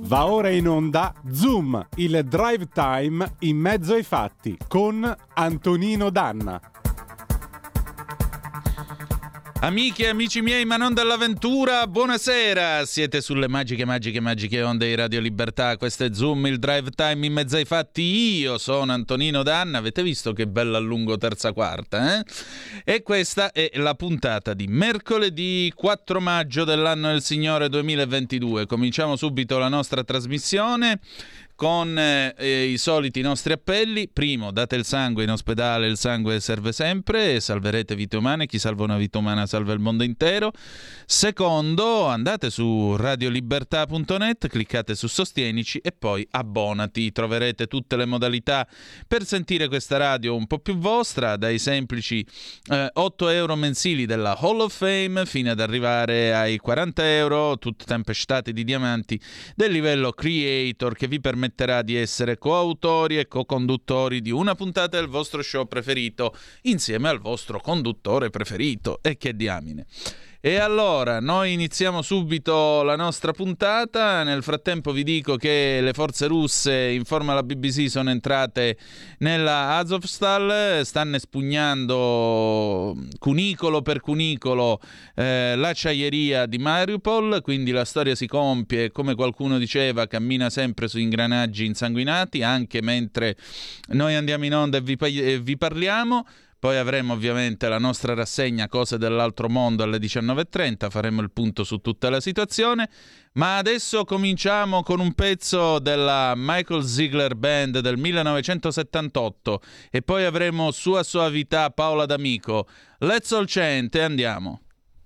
Va ora in onda Zoom, il drive time in mezzo ai fatti con Antonino Danna. Amiche e amici miei, ma non dell'avventura, buonasera! Siete sulle magiche onde di Radio Libertà. Questo è Zoom, il drive time in mezzo ai fatti. Io sono Antonino Danna. Avete visto che bella allungo terza quarta, eh? E questa è la puntata di mercoledì 4 maggio dell'anno del Signore 2022. Cominciamo subito la nostra trasmissione con i soliti nostri appelli. Primo, date il sangue in ospedale, il sangue serve sempre e salverete vite umane. Chi salva una vita umana salva il mondo intero. Secondo, andate su radiolibertà.net, cliccate su Sostienici e poi abbonati. Troverete tutte le modalità per sentire questa radio un po' più vostra, dai semplici 8 euro mensili della Hall of Fame fino ad arrivare ai 40 euro, tutti tempestati di diamanti del livello Creator, che vi permetterà di essere coautori e co-conduttori di una puntata del vostro show preferito insieme al vostro conduttore preferito. E che diamine. E allora, noi iniziamo subito la nostra puntata. Nel frattempo vi dico che le forze russe, informa la BBC, sono entrate nella Azovstal, stanno espugnando cunicolo per cunicolo l'acciaieria di Mariupol, quindi la storia si compie, come qualcuno diceva, cammina sempre su ingranaggi insanguinati, anche mentre noi andiamo in onda e vi parliamo. Poi avremo ovviamente la nostra rassegna Cose dell'altro mondo alle 19.30, faremo il punto su tutta la situazione, ma adesso cominciamo con un pezzo della Michael Ziegler Band del 1978 e poi avremo Sua Soavità Paola D'Amico. Let's all chant e andiamo.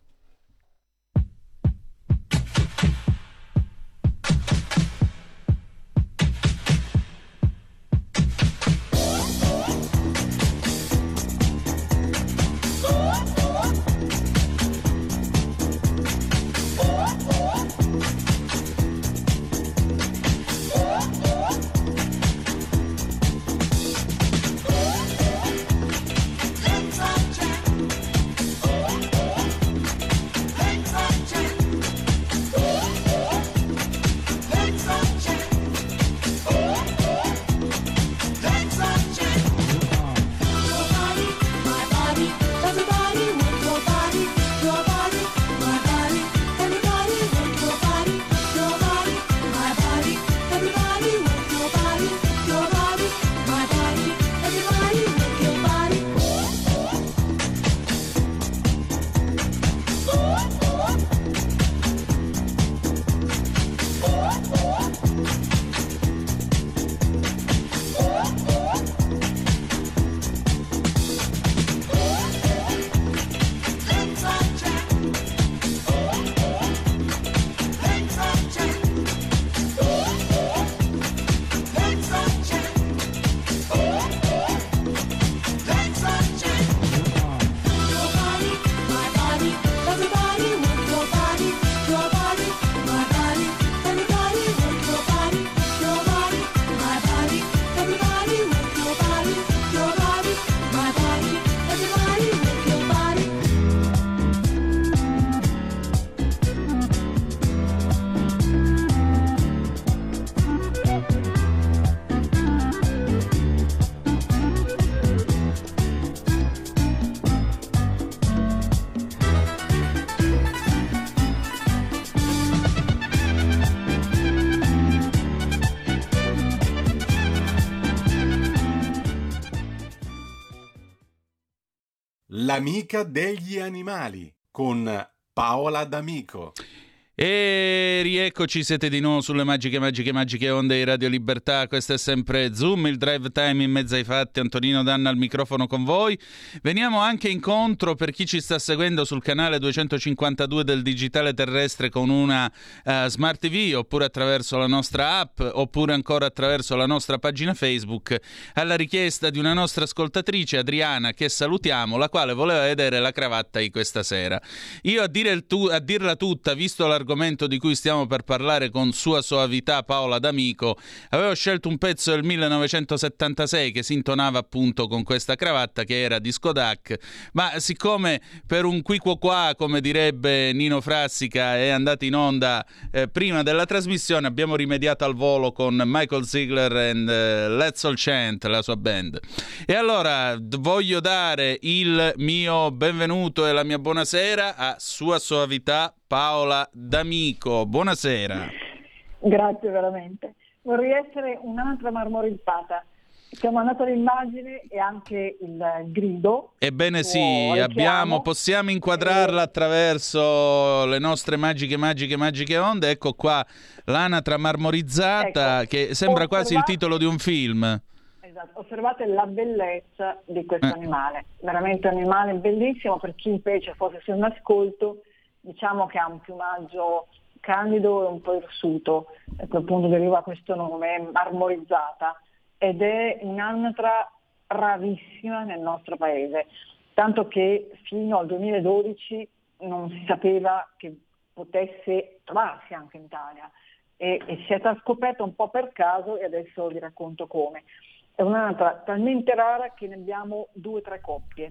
L'amica degli animali con Paola D'Amico. E rieccoci, siete di nuovo sulle magiche onde di Radio Libertà. Questo è sempre Zoom, il drive time in mezzo ai fatti. Antonino Danna al microfono con voi. Veniamo anche incontro per chi ci sta seguendo sul canale 252 del digitale terrestre con una Smart TV, oppure attraverso la nostra app, oppure ancora attraverso la nostra pagina Facebook, alla richiesta di una nostra ascoltatrice, Adriana, che salutiamo, la quale voleva vedere la cravatta di questa sera. Io a dirla tutta, visto l'argomento l'argomento di cui stiamo per parlare con Sua Soavità Paola D'Amico, avevo scelto un pezzo del 1976 che si intonava appunto con questa cravatta, che era Disco Duck, ma siccome per un qui qua, come direbbe Nino Frassica, è andato in onda prima della trasmissione, abbiamo rimediato al volo con Michael Ziegler e Let's All Chant, la sua band. E allora voglio dare il mio benvenuto e la mia buonasera a Sua Soavità Paola D'Amico. Buonasera. Grazie veramente. Vorrei essere un'altra marmorizzata. Ci ho mandato l'immagine e anche il grido. Ebbene sì, possiamo inquadrarla attraverso le nostre magiche onde. Ecco qua l'anatra marmorizzata, ecco, che sembra quasi il titolo di un film. Esatto, osservate la bellezza di questo animale, veramente un animale bellissimo. Per chi invece fosse in ascolto, diciamo che ha un piumaggio candido e un po' irsuto, a quel punto deriva questo nome, marmorizzata, ed è un'anatra rarissima nel nostro paese, tanto che fino al 2012 non si sapeva che potesse trovarsi anche in Italia e si è scoperta un po' per caso, e adesso vi racconto come. È un'anatra talmente rara che ne abbiamo 2 o 3 coppie.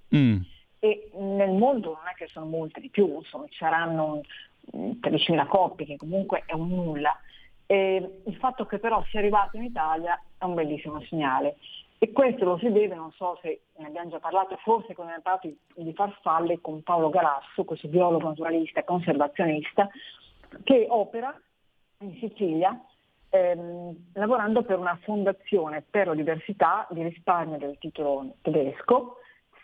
E nel mondo non è che sono molte di più, insomma, ci saranno 13.000 coppie, che comunque è un nulla. E il fatto che però sia arrivato in Italia è un bellissimo segnale, e questo lo si deve, non so se ne abbiamo già parlato, forse quando ne abbiamo parlato di farfalle con Paolo Galasso, questo biologo naturalista e conservazionista che opera in Sicilia lavorando per una fondazione per la diversità di risparmio del titolo tedesco,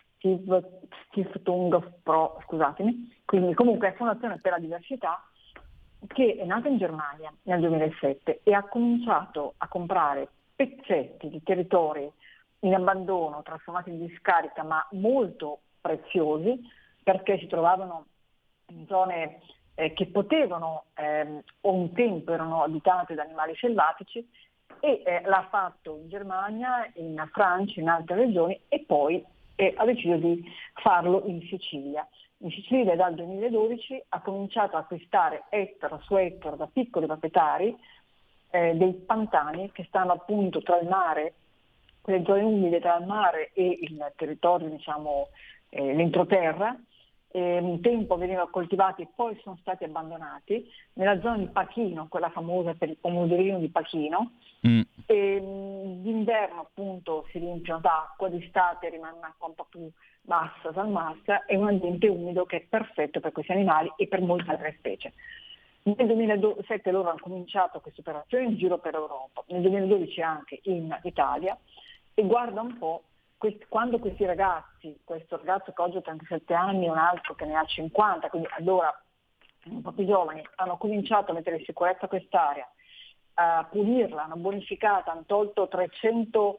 Stiftung Pro, scusatemi, quindi comunque è Fondazione per la Diversità, che è nata in Germania nel 2007 e ha cominciato a comprare pezzetti di territori in abbandono, trasformati in discarica, ma molto preziosi, perché si trovavano in zone che potevano o un tempo erano abitate da animali selvatici, e l'ha fatto in Germania, in Francia, in altre regioni, e poi ha deciso di farlo in Sicilia. In Sicilia dal 2012 ha cominciato a acquistare ettaro su ettaro da piccoli proprietari dei pantani che stanno appunto tra il mare, quelle zone umide tra il mare e il territorio, diciamo, l'entroterra. Un tempo venivano coltivati e poi sono stati abbandonati nella zona di Pachino, quella famosa per il pomodorino di Pachino. E d'inverno appunto si riempiono d'acqua, d'estate rimane un'acqua un po' più bassa, salmastra, è un ambiente umido che è perfetto per questi animali e per molte altre specie. Nel 2007 loro hanno cominciato queste operazioni in giro per Europa, nel 2012 anche in Italia, e guarda un po', quando questi ragazzi, questo ragazzo che oggi ha 37 anni e un altro che ne ha 50, quindi allora un po' più giovani, hanno cominciato a mettere in sicurezza quest'area, a pulirla, hanno bonificata, hanno tolto 300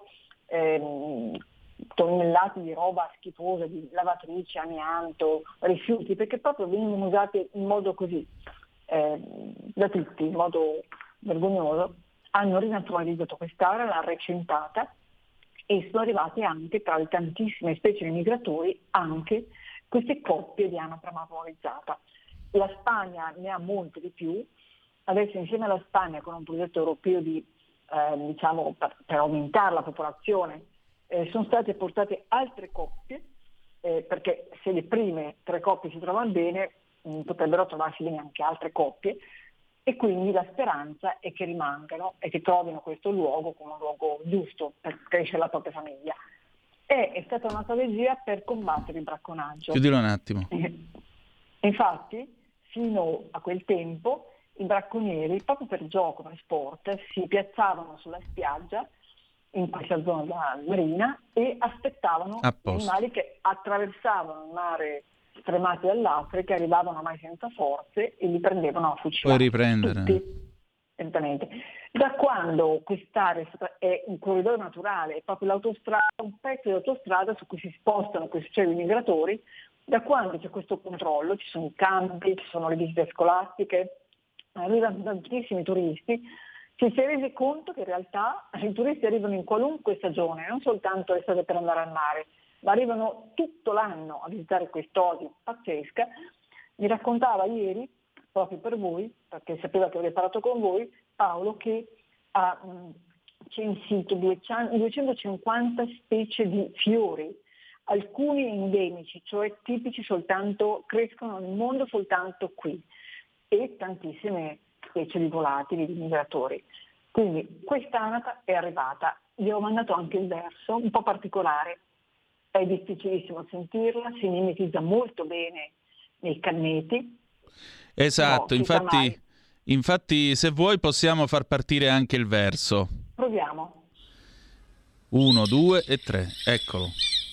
tonnellate di roba schifosa, di lavatrici, amianto, rifiuti, perché proprio venivano usati in modo così, da tutti, in modo vergognoso. Hanno rinaturalizzato quest'area, l'hanno recintata, e sono arrivate anche tra le tantissime specie di migratori anche queste coppie di anatra marmorizzata. La Spagna ne ha molte di più. Adesso insieme alla Spagna, con un progetto europeo di, diciamo, per aumentare la popolazione, sono state portate altre coppie, perché se le prime 3 coppie si trovano bene, potrebbero trovarsi bene anche altre coppie, e quindi la speranza è che rimangano e che trovino questo luogo come un luogo giusto per crescere la propria famiglia. È stata una strategia per combattere il bracconaggio. Chiudilo un attimo. Infatti, fino a quel tempo, i bracconieri, proprio per gioco, per sport, si piazzavano sulla spiaggia in questa zona marina e aspettavano gli animali che attraversavano il mare stremati dall'Africa, arrivavano ormai senza forze e li prendevano a fucilare. Puoi riprendere. Tutti. Esattamente. Da quando quest'area è un corridoio naturale, è proprio l'autostrada, un pezzo di autostrada su cui si spostano questi uccelli migratori, da quando c'è questo controllo, ci sono i campi, ci sono le visite scolastiche, arrivano tantissimi turisti, ci si è resi conto che in realtà i turisti arrivano in qualunque stagione, non soltanto l'estate per andare al mare, ma arrivano tutto l'anno a visitare quest'oasi pazzesca. Mi raccontava ieri proprio per voi, perché sapeva che avrei parlato con voi, Paolo, che ha censito 250 specie di fiori, alcuni endemici, cioè tipici soltanto, crescono nel mondo soltanto qui, e tantissime specie di volatili, di migratori. Quindi questa anatra è arrivata, vi ho mandato anche il verso, un po' particolare, è difficilissimo sentirla, si mimetizza molto bene nei canneti. Esatto, Però, infatti se vuoi possiamo far partire anche il verso. proviamo. 1, 2 e 3, eccolo.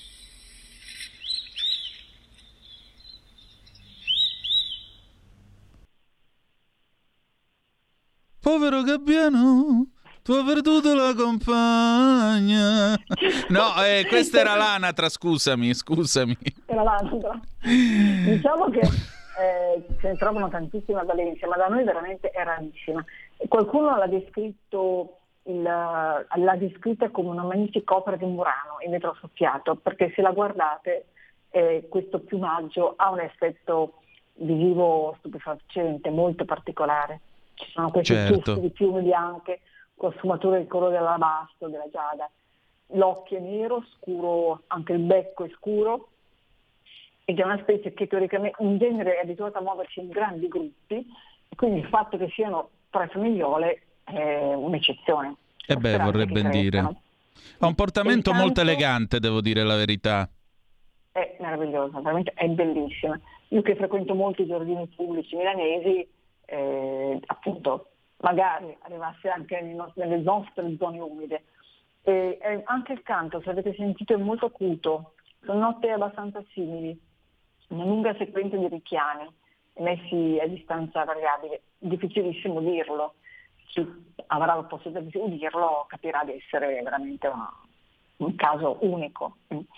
Povero gabbiano, tu hai perduto la compagna. No, questa era l'anatra, scusami. Era l'anatra. Diciamo che se ne trovano tantissime a Valencia, ma da noi veramente è rarissima. Qualcuno l'ha descritta come una magnifica opera di Murano in vetro soffiato, perché se la guardate questo piumaggio ha un effetto visivo stupefacente, molto particolare. Ci sono questi ciuffi di piume bianche con sfumature del colore dell'alabastro, della giada. L'occhio è nero, scuro, anche il becco è scuro, ed è una specie che teoricamente in genere è abituata a muoversi in grandi gruppi, e quindi il fatto che siano tre famigliole è un'eccezione. Vorrei ben dire. Ha un portamento molto elegante, devo dire la verità. È meravigliosa, veramente è bellissima. Io che frequento molti giardini pubblici milanesi, appunto, magari arrivasse anche nelle nostre zone umide. Anche il canto, se avete sentito, è molto acuto, sono note abbastanza simili, una lunga sequenza di richiami messi a distanza variabile, difficilissimo dirlo. Chi avrà la possibilità di udirlo capirà di essere veramente un caso unico.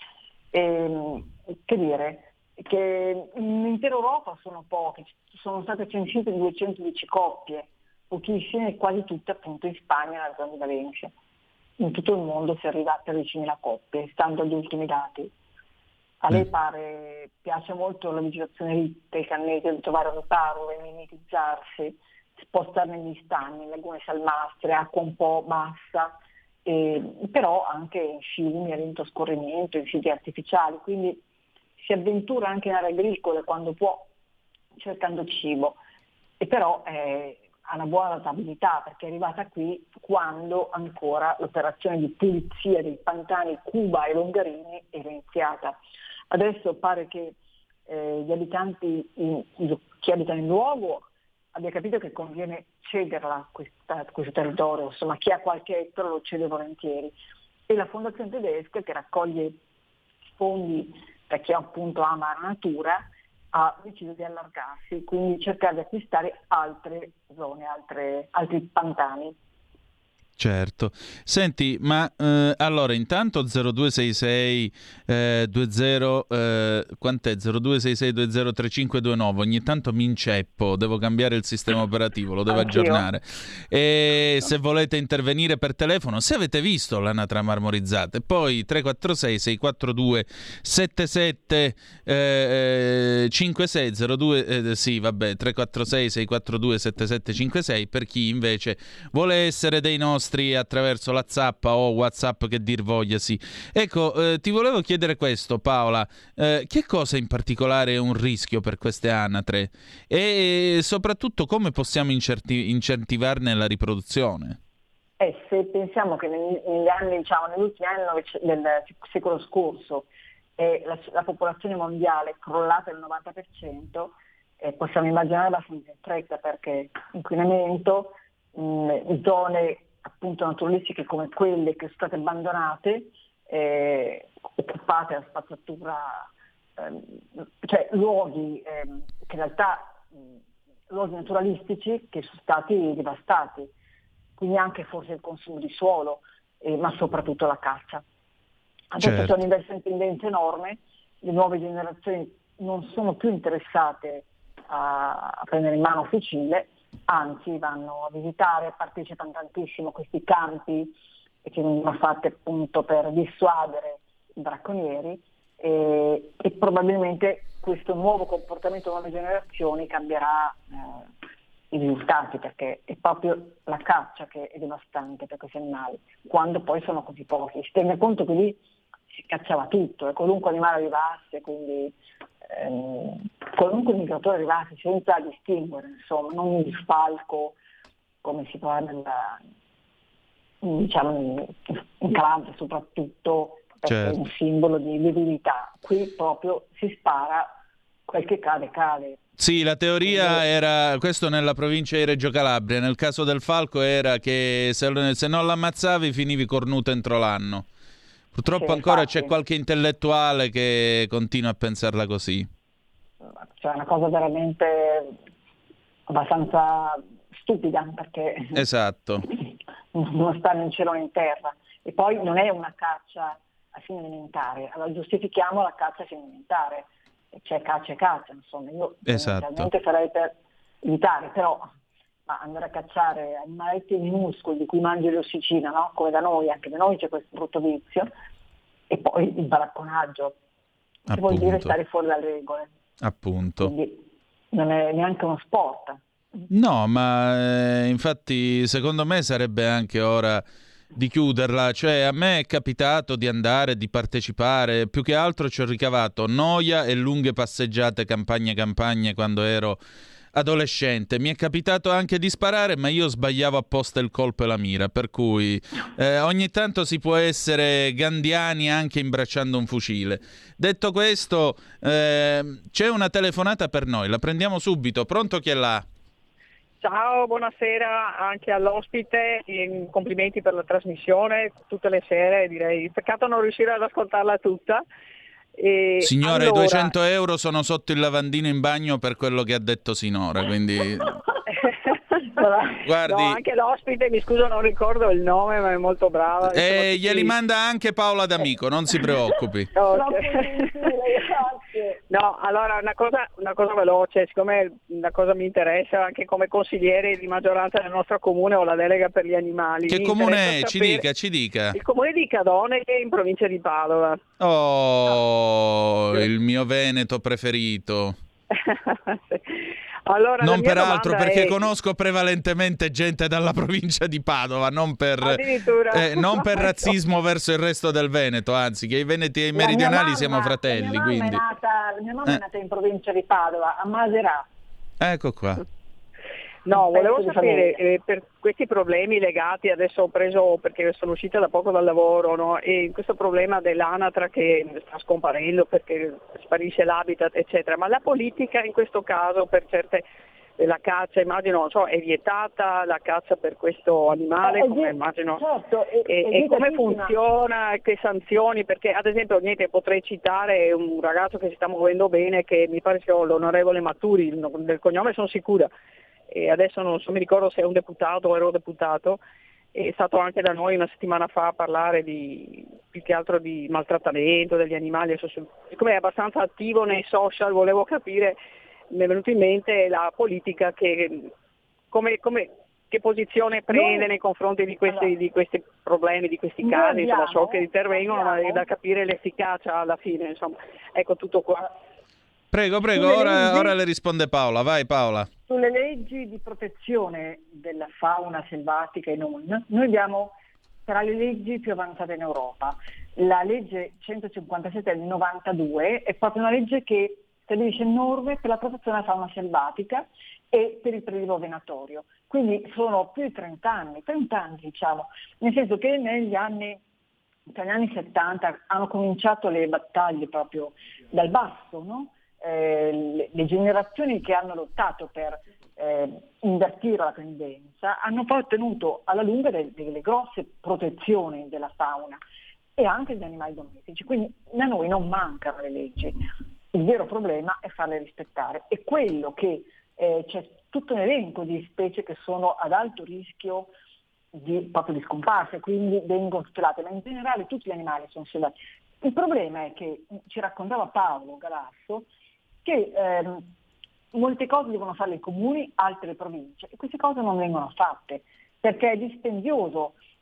Che dire, che in intera Europa sono pochi, sono state censite 210 coppie, pochissime, quasi tutte appunto in Spagna, nella zona di Valencia. In tutto il mondo si arriva a 13.000 coppie, stando agli ultimi dati. A lei piace molto la vegetazione del cannete, di trovare riparo, mimetizzarsi, spostare negli stagni, lagune salmastre, acqua un po' bassa, però anche in fiumi a lento scorrimento, in siti artificiali, quindi si avventura anche in aree agricole quando può, cercando cibo, e però ha una buona adattabilità, perché è arrivata qui quando ancora l'operazione di pulizia dei pantani Cuba e Longarini era iniziata. Adesso pare che gli abitanti, chi abita nel luogo, abbia capito che conviene cederla questo territorio, insomma chi ha qualche ettaro lo cede volentieri. E la fondazione tedesca, che raccoglie fondi per chi appunto ama la natura, ha deciso di allargarsi, quindi cercare di acquistare altre zone, altri pantani. Certo. Senti, ma allora intanto 0266 20 quant'è? 0266 203529. Ogni tanto mi inceppo, devo cambiare il sistema operativo, lo devo aggiornare. E se volete intervenire per telefono, se avete visto l'anatra marmorizzata, e poi 346 642 7756 02 sì, vabbè, 346 642 7756 per chi invece vuole essere dei nostri attraverso la zappa o WhatsApp, che dir vogliasi. Ecco, ti volevo chiedere questo, Paola, che cosa in particolare è un rischio per queste anatre e soprattutto come possiamo incentivarne la riproduzione? Se pensiamo che negli anni, negli ultimi anni del secolo scorso la popolazione mondiale è crollata del 90%, possiamo immaginare abbastanza in fretta, perché inquinamento, zone appunto naturalistiche come quelle che sono state abbandonate, occupate da spazzatura, cioè luoghi che in realtà luoghi naturalistici che sono stati devastati, quindi anche forse il consumo di suolo, ma soprattutto la caccia. Adesso c'è un'inversione in tendenza enorme, le nuove generazioni non sono più interessate a prendere in mano un fucile, anzi vanno a visitare, partecipano tantissimo a questi campi che vengono fatti appunto per dissuadere i bracconieri, e probabilmente questo nuovo comportamento delle nuove generazioni cambierà i risultati, perché è proprio la caccia che è devastante per questi animali, quando poi sono così pochi. Si tenga conto che lì si cacciava tutto, qualunque animale arrivasse, quindi qualunque migratore arrivasse senza distinguere, insomma, non il falco come si parla in Calabria soprattutto, perché Certo. è un simbolo di virilità. Qui proprio si spara, quel che cade cade. Sì, la teoria era, questo nella provincia di Reggio Calabria, nel caso del falco era che se non l'ammazzavi finivi cornuto entro l'anno. Purtroppo Sì, ancora infatti. c'è qualche intellettuale che continua a pensarla così. Cioè una cosa veramente abbastanza stupida, perché Esatto. non stanno in cielo né in terra. E poi non è una caccia a fine alimentare, allora giustifichiamo la caccia a fine alimentare. C'è caccia e caccia, insomma, io tendenzialmente farei per evitare, però andare a cacciare animaletti minuscoli di cui mangi l'ossicina, no? Come da noi, anche da noi c'è questo brutto vizio, e poi il baracconaggio, che vuol dire stare fuori dalle regole. Appunto. Quindi non è neanche uno sport. No, ma infatti secondo me sarebbe anche ora di chiuderla, cioè a me è capitato di andare, di partecipare, più che altro ci ho ricavato noia e lunghe passeggiate campagne quando ero adolescente. Mi è capitato anche di sparare, ma io sbagliavo apposta il colpo e la mira, per cui ogni tanto si può essere gandiani anche imbracciando un fucile. Detto questo, c'è una telefonata per noi, la prendiamo subito. Pronto, chi è là? Ciao, buonasera anche all'ospite, complimenti per la trasmissione tutte le sere, direi. Peccato non riuscire ad ascoltarla tutta. Signore, allora... 200 euro sono sotto il lavandino in bagno per quello che ha detto sinora, quindi... Guardi... No, anche l'ospite, mi scuso, non ricordo il nome, ma è molto brava. Glieli manda anche Paola D'Amico, non si preoccupi. Okay. No, allora una cosa veloce, siccome la cosa mi interessa, anche come consigliere di maggioranza del nostro comune ho la delega per gli animali. Che comune è? Ci dica. Il comune di Cadone, che è in provincia di Padova. Oh, il mio Veneto preferito. Allora, non per altro, perché è... conosco prevalentemente gente dalla provincia di Padova, non per razzismo verso il resto del Veneto, anzi che i veneti e i meridionali siamo fratelli. La mia mamma è nata in provincia di Padova, a Maserà. Ecco qua. No, volevo sapere, per questi problemi legati, adesso ho preso, perché sono uscita da poco dal lavoro, no? E questo problema dell'anatra che sta scomparendo perché sparisce l'habitat, eccetera, ma la politica in questo caso per certe, la caccia, immagino, non so, è vietata la caccia per questo animale, come immagino, certo, e come funziona, che sanzioni, perché ad esempio potrei citare un ragazzo che si sta muovendo bene, che mi pare sia l'onorevole Maturi, del cognome sono sicura, e adesso non so, mi ricordo se è un deputato o eurodeputato, è stato anche da noi una settimana fa a parlare più che altro di maltrattamento degli animali, siccome è abbastanza attivo nei social volevo capire, mi è venuto in mente la politica che posizione prende nei confronti di questi problemi, di questi casi, insomma, so che intervengono, ma è da capire l'efficacia alla fine, insomma. Ecco, tutto qua. Prego, ora le risponde Paola. Vai Paola. Sulle leggi di protezione della fauna selvatica e non, noi abbiamo tra le leggi più avanzate in Europa. La legge 157 del 92 è proprio una legge che stabilisce norme per la protezione della fauna selvatica e per il prelievo venatorio. Quindi sono più di 30 anni diciamo, nel senso che tra gli anni 70 hanno cominciato le battaglie proprio dal basso, no? Le generazioni che hanno lottato per invertire la tendenza hanno poi ottenuto alla lunga delle grosse protezioni della fauna e anche degli animali domestici, quindi da noi non mancano le leggi, il vero problema è farle rispettare, e quello che c'è tutto un elenco di specie che sono ad alto rischio proprio di scomparsa, quindi vengono tutelate, ma in generale tutti gli animali sono selvatici. Il problema è che ci raccontava Paolo Galasso che molte cose devono fare i comuni, altre le province, e queste cose non vengono fatte perché è dispendioso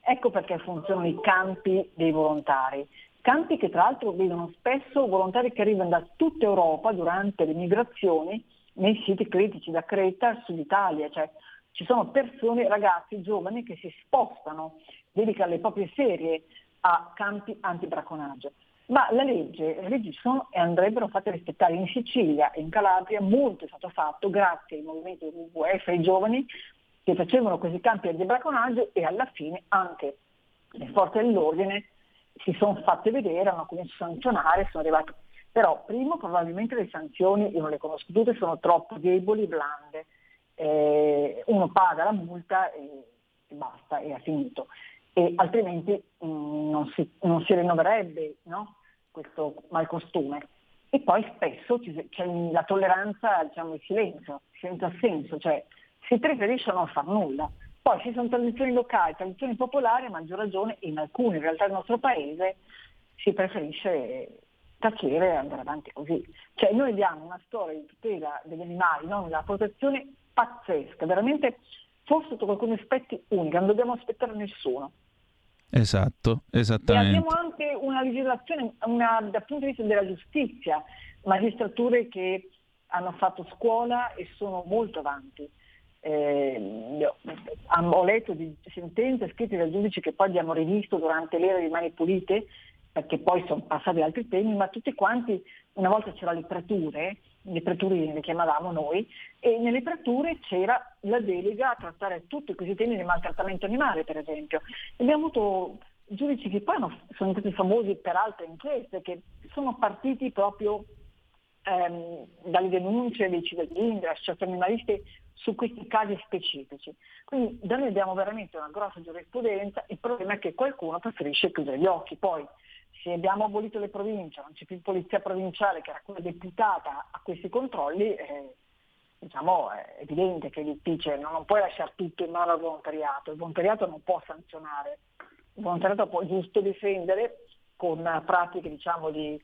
Ecco perché funzionano i campi dei volontari. Campi che tra l'altro vedono spesso volontari che arrivano da tutta Europa durante le migrazioni nei siti critici, da Creta al Sud Italia, cioè ci sono persone, ragazzi giovani che si spostano, dedicano le proprie ferie a campi antibracconaggio. Ma le leggi sono e andrebbero fatte rispettare. In Sicilia e in Calabria molto è stato fatto grazie ai movimenti del WWF, ai giovani che facevano questi campi antibracconaggio, e alla fine anche le forze dell'ordine si sono fatte vedere, hanno cominciato a sanzionare, sono arrivati. Però primo probabilmente le sanzioni, io non le conosco tutte, sono troppo deboli, blande. Uno paga la multa e basta, e ha finito. E altrimenti non si rinnoverebbe, no? Questo malcostume. E poi spesso c'è la tolleranza, diciamo, il silenzio assenso, cioè si preferisce non far nulla. Poi ci sono tradizioni locali, tradizioni popolari, a maggior ragione in alcune realtà del nostro paese si preferisce tacere e andare avanti così. Cioè noi abbiamo una storia di tutela degli animali, no? Una protezione pazzesca, veramente forse sotto alcuni aspetti unica, non dobbiamo aspettare nessuno. Esatto, E esattamente. abbiamo anche una legislazione, dal punto di vista della giustizia, magistrature che hanno fatto scuola e sono molto avanti. Ho letto di sentenze scritte dai giudici che poi abbiamo rivisto durante l'era di Mani Pulite, perché poi sono passati altri temi, ma tutti quanti, una volta c'era le preturine le chiamavamo noi, e nelle preture c'era la delega a trattare tutti questi temi del maltrattamento animale, per esempio. E abbiamo avuto giudici che poi sono stati famosi per altre inchieste, che sono partiti proprio dalle denunce dei cittadini, delle associazioni animaliste su questi casi specifici. Quindi da noi abbiamo veramente una grossa giurisprudenza, il problema è che qualcuno preferisce chiudere gli occhi. Poi se abbiamo abolito le province, non c'è più polizia provinciale che era quella deputata a questi controlli, diciamo è evidente che è difficile, non puoi lasciare tutto in mano al volontariato, il volontariato non può sanzionare, il volontariato può giusto difendere con pratiche, diciamo, di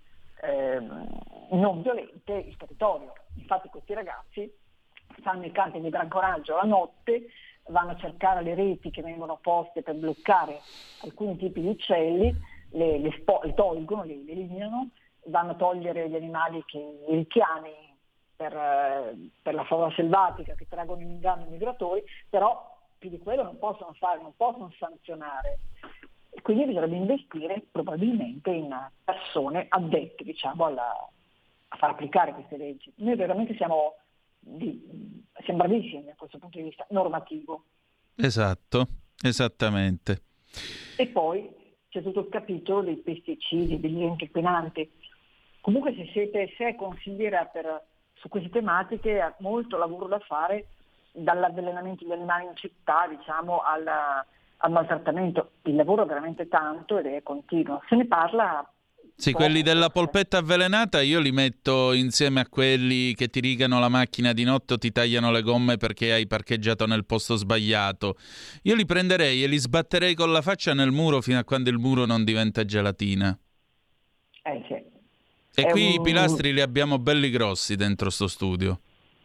non violente il territorio. Infatti questi ragazzi stanno nei campi di bracconaggio la notte, vanno a cercare le reti che vengono poste per bloccare alcuni tipi di uccelli, le tolgono, le eliminano, vanno a togliere gli animali, i richiami per la fauna selvatica che traggono in inganno i migratori, però più di quello non possono fare, non possono sanzionare. Quindi bisognerebbe investire probabilmente in persone addette, diciamo, a far applicare queste leggi. Noi veramente siamo bravissimi da questo punto di vista normativo. Esatto, esattamente. E poi c'è tutto il capitolo dei pesticidi, degli agenti inquinanti. Comunque se è consigliera su queste tematiche, ha molto lavoro da fare, dall'avvelenamento degli animali in città, diciamo, al maltrattamento. Il lavoro è veramente tanto ed è continuo. Se ne parla. Sì, quelli della polpetta avvelenata io li metto insieme a quelli che ti rigano la macchina di notte o ti tagliano le gomme perché hai parcheggiato nel posto sbagliato. Io li prenderei e li sbatterei con la faccia nel muro fino a quando il muro non diventa gelatina. Sì. E qui i pilastri li abbiamo belli grossi dentro sto studio.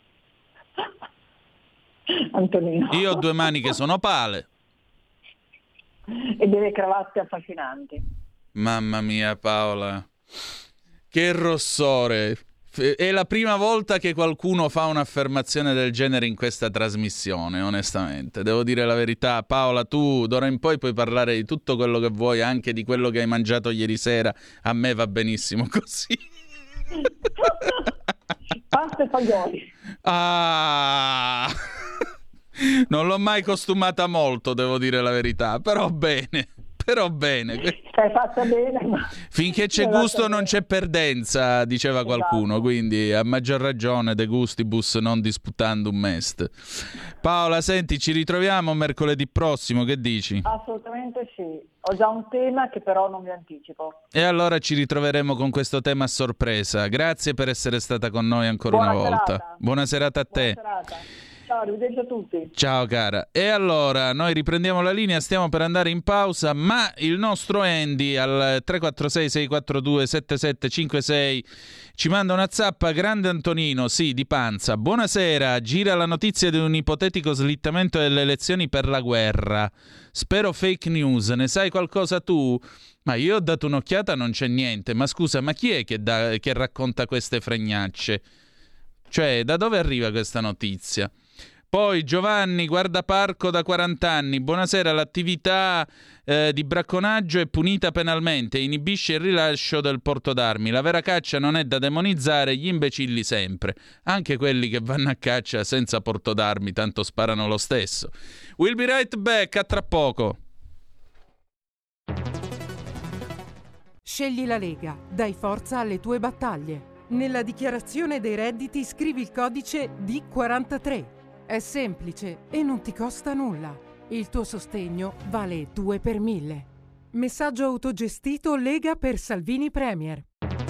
Antonino. Io ho 2 mani che sono pale. E delle cravatte affascinanti. Mamma mia, Paola, che rossore. È la prima volta che qualcuno fa un'affermazione del genere in questa trasmissione, onestamente. Devo dire la verità. Paola, tu d'ora in poi puoi parlare di tutto quello che vuoi, anche di quello che hai mangiato ieri sera. A me va benissimo così. Pasta e fagioli. Ah! Non l'ho mai costumata molto, devo dire la verità, però bene. Stai fatta bene, ma finché c'è gusto non c'è perdenza, diceva qualcuno, quindi a maggior ragione de gustibus non disputandum est. Paola, senti, ci ritroviamo mercoledì prossimo, che dici? Assolutamente sì, ho già un tema che però non vi anticipo. E allora ci ritroveremo con questo tema a sorpresa. Grazie per essere stata con noi ancora una volta. Buona serata a te. Buona serata. Ciao, arrivederci a tutti. Ciao cara. E allora, noi riprendiamo la linea, stiamo per andare in pausa, ma il nostro Andy al 346-642-7756 ci manda una zappa. Grande Antonino, sì, di panza. Buonasera, gira la notizia di un ipotetico slittamento delle elezioni per la guerra. Spero fake news. Ne sai qualcosa tu? Ma io ho dato un'occhiata, non c'è niente. Ma scusa, ma chi è che racconta queste fregnacce? Cioè, da dove arriva questa notizia? Poi Giovanni, guardaparco da 40 anni. Buonasera, l'attività di bracconaggio è punita penalmente, inibisce il rilascio del porto d'armi. La vera caccia non è da demonizzare, gli imbecilli sempre. Anche quelli che vanno a caccia senza porto d'armi, tanto sparano lo stesso. We'll be right back, a tra poco. Scegli la Lega, dai forza alle tue battaglie. Nella dichiarazione dei redditi scrivi il codice D43. È semplice e non ti costa nulla. Il tuo sostegno vale 2 per 1000. Messaggio autogestito Lega per Salvini Premier.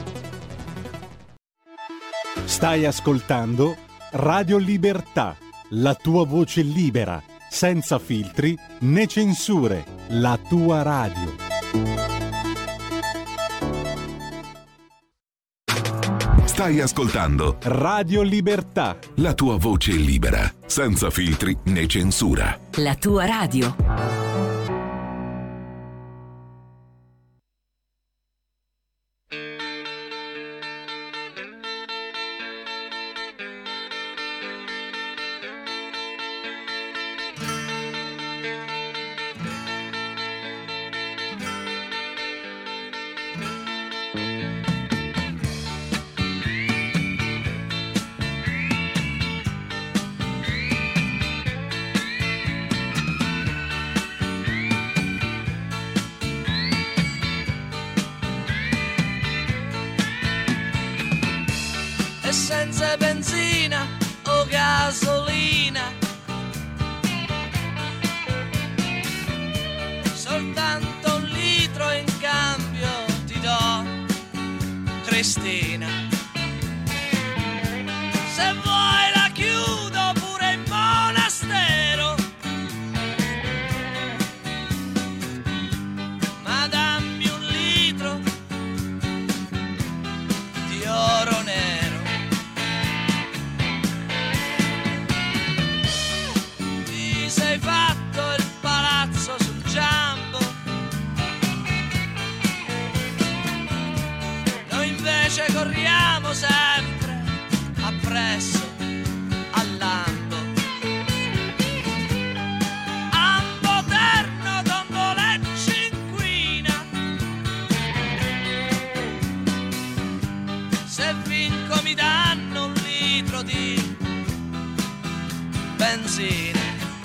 Stai ascoltando Radio Libertà, la tua voce libera, senza filtri né censure, la tua radio. Stai ascoltando Radio Libertà, la tua voce libera, senza filtri né censura. La tua radio. Senza benzina o gasolina, soltanto un litro in cambio ti do, Cristina. Se vuoi la chiudo pure in monastero, ma dammi un litro di oro nero. Sei fatto il palazzo sul Giambo, noi invece corriamo sempre appresso al lambo. Ambo terno, tombolecci inquina, se vinco mi danno un litro di benzina.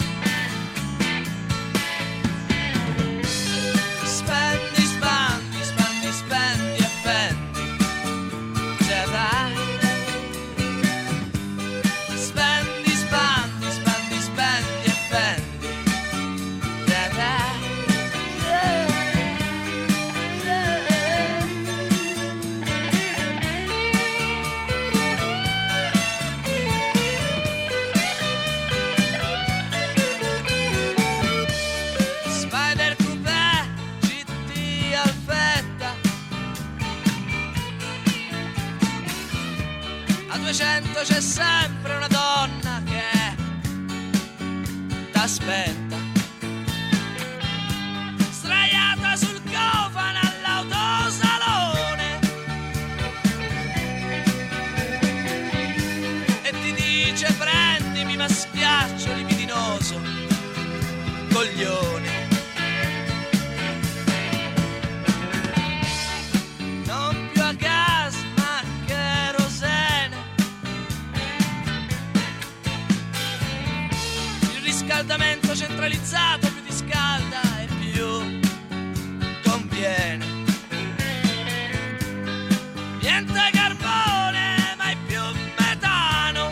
Spendi e fendi, se vai. Spendi, spendi e fendi, se vai. Spider Coupé, GT Alfetta, a 200 c'è sempre una donna che t'aspetta, sdraiata sul cofano all'autosalone, e ti dice prendimi ma schiaccio libidinoso, coglione. Non più a gas ma kerosene, il riscaldamento centralizzato più ti scalda e più conviene. Niente carbone mai più metano.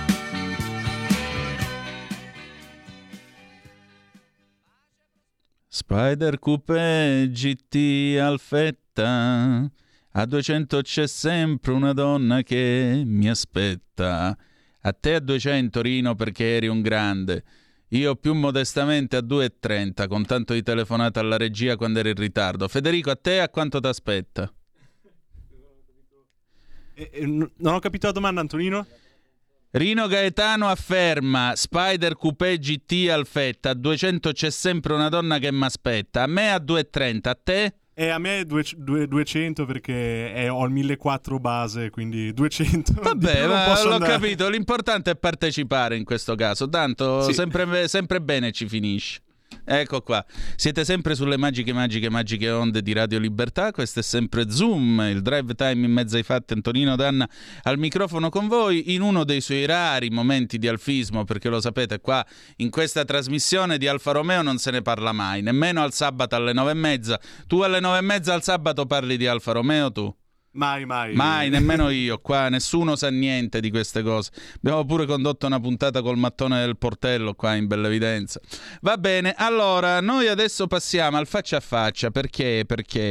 Spider Coupé GT Alfetta, a 200 c'è sempre una donna che mi aspetta. A te a 200, Rino, perché eri un grande. Io più modestamente a 2,30, con tanto di telefonata alla regia quando eri in ritardo. Federico, a te a quanto t'aspetta? Non ho capito la domanda, Antonino. Rino Gaetano afferma: Spider Coupé GT Alfetta, a 200 c'è sempre una donna che m'aspetta. A me a 230, a te? A me è 200 perché ho il 1400 base, quindi 200. Vabbè, l'ho capito, l'importante è partecipare in questo caso, tanto sì. sempre bene ci finisce. Ecco qua, siete sempre sulle magiche onde di Radio Libertà. Questo è sempre Zoom, il drive time in mezzo ai fatti. Antonino Danna al microfono con voi in uno dei suoi rari momenti di alfismo, perché lo sapete, qua in questa trasmissione di Alfa Romeo non se ne parla mai, nemmeno al sabato alle 9:30. Tu alle 9:30 al sabato parli di Alfa Romeo, tu? Mai. Nemmeno io, qua nessuno sa niente di queste cose. Abbiamo pure condotto una puntata col mattone del portello qua in bella evidenza. Va bene, allora noi adesso passiamo al faccia a faccia. Perché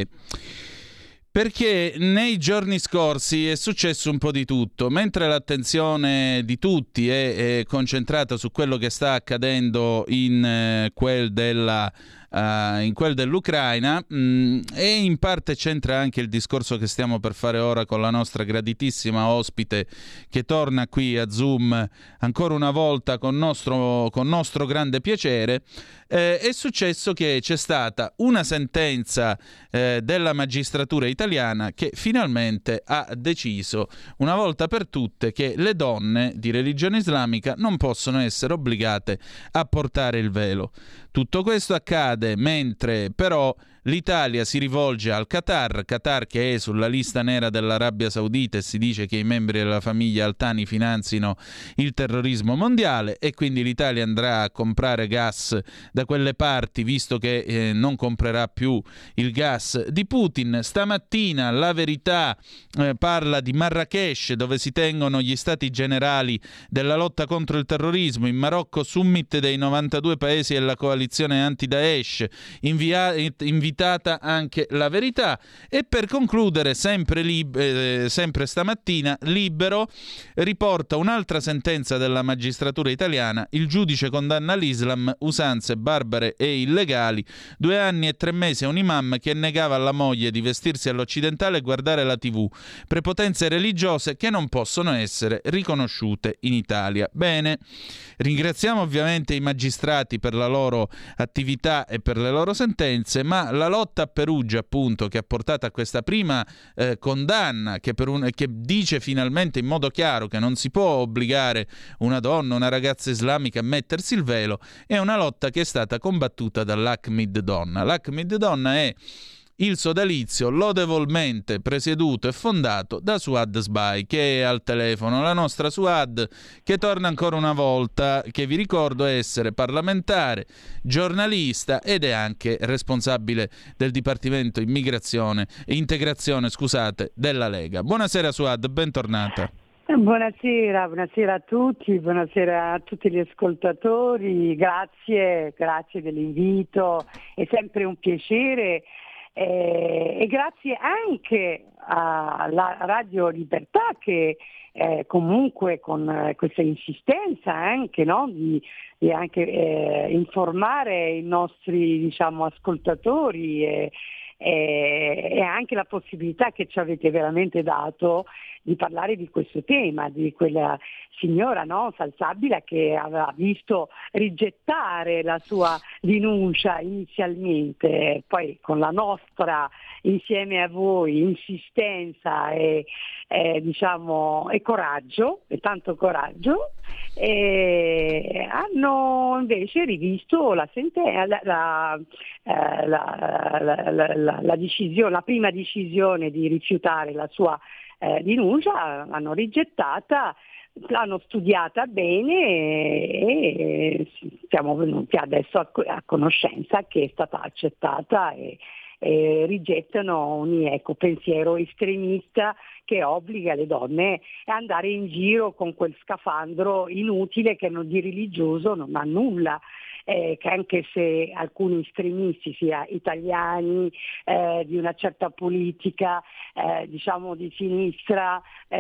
nei giorni scorsi è successo un po' di tutto. Mentre l'attenzione di tutti è concentrata su quello che sta accadendo in quel dell'Ucraina, e in parte c'entra anche il discorso che stiamo per fare ora con la nostra graditissima ospite che torna qui a Zoom ancora una volta con nostro grande piacere. È successo che c'è stata una sentenza della magistratura italiana che finalmente ha deciso una volta per tutte che le donne di religione islamica non possono essere obbligate a portare il velo. Tutto questo accade mentre però l'Italia si rivolge al Qatar che è sulla lista nera dell'Arabia Saudita, e si dice che i membri della famiglia Al-Thani finanzino il terrorismo mondiale, e quindi l'Italia andrà a comprare gas da quelle parti, visto che non comprerà più il gas di Putin. Stamattina La Verità parla di Marrakech, dove si tengono gli stati generali della lotta contro il terrorismo. In Marocco summit dei 92 paesi della coalizione anti-Daesh, invitata anche La Verità. E per concludere, sempre stamattina, Libero riporta un'altra sentenza della magistratura italiana. Il giudice condanna l'Islam, usanze barbare e illegali, 2 anni e 3 mesi a un imam che negava alla moglie di vestirsi all'occidentale e guardare la TV. Prepotenze religiose che non possono essere riconosciute in Italia. Bene, ringraziamo ovviamente i magistrati per la loro attività e per le loro sentenze, ma la lotta a Perugia, appunto, che ha portato a questa prima condanna, che dice finalmente in modo chiaro che non si può obbligare una donna, una ragazza islamica a mettersi il velo, è una lotta che è stata combattuta dall'Acmid Donna. L'Acmid Donna è il sodalizio lodevolmente presieduto e fondato da Suad Sbai, che è al telefono. La nostra Suad, che torna ancora una volta, che vi ricordo essere parlamentare, giornalista ed è anche responsabile del Dipartimento Integrazione della Lega. Buonasera Suad, bentornata. Buonasera a tutti, buonasera a tutti gli ascoltatori, grazie dell'invito, è sempre un piacere. E grazie anche alla Radio Libertà che comunque con questa insistenza anche, no, di anche informare i nostri ascoltatori e anche la possibilità che ci avete veramente dato di parlare di questo tema, di quella signora, no, Salsabila, che aveva visto rigettare la sua denuncia inizialmente, poi con la nostra, insieme a voi, insistenza e coraggio, e tanto coraggio, hanno invece rivisto la decisione, la prima decisione di rifiutare la sua denuncia, l'hanno rigettata, l'hanno studiata bene e siamo venuti adesso a conoscenza che è stata accettata e rigettano ogni pensiero estremista che obbliga le donne a andare in giro con quel scafandro inutile che di religioso non ha nulla. Che anche se alcuni estremisti, sia italiani, di una certa politica, di sinistra,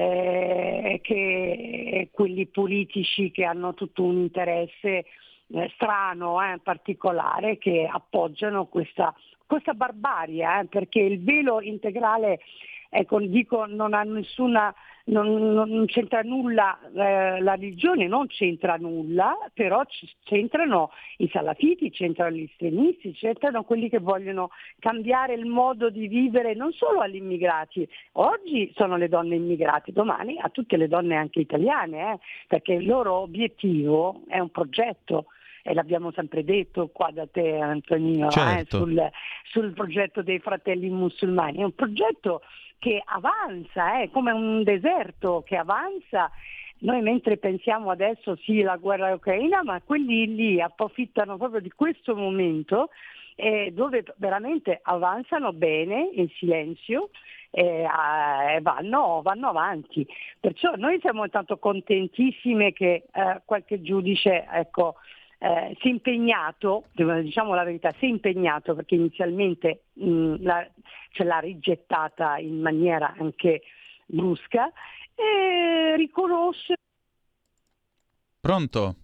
che quelli politici che hanno tutto un interesse strano, particolare, che appoggiano questa barbarie, perché il velo integrale ecco, dico, non ha nessuna, non c'entra nulla la religione, non c'entra nulla, però c'entrano i salafiti, c'entrano gli estremisti, c'entrano quelli che vogliono cambiare il modo di vivere non solo agli immigrati. Oggi sono le donne immigrate, domani a tutte le donne anche italiane, perché il loro obiettivo è un progetto. E l'abbiamo sempre detto qua da te, Antonino, certo. sul progetto dei fratelli musulmani. È un progetto che avanza, è come un deserto che avanza. Noi mentre pensiamo adesso sì la guerra ucraina, ma quelli lì approfittano proprio di questo momento dove veramente avanzano bene in silenzio e vanno avanti. Perciò noi siamo tanto contentissime che qualche giudice, ecco, si è impegnato, diciamo la verità, si è impegnato, perché inizialmente l'ha rigettata in maniera anche brusca, e riconosce. Pronto?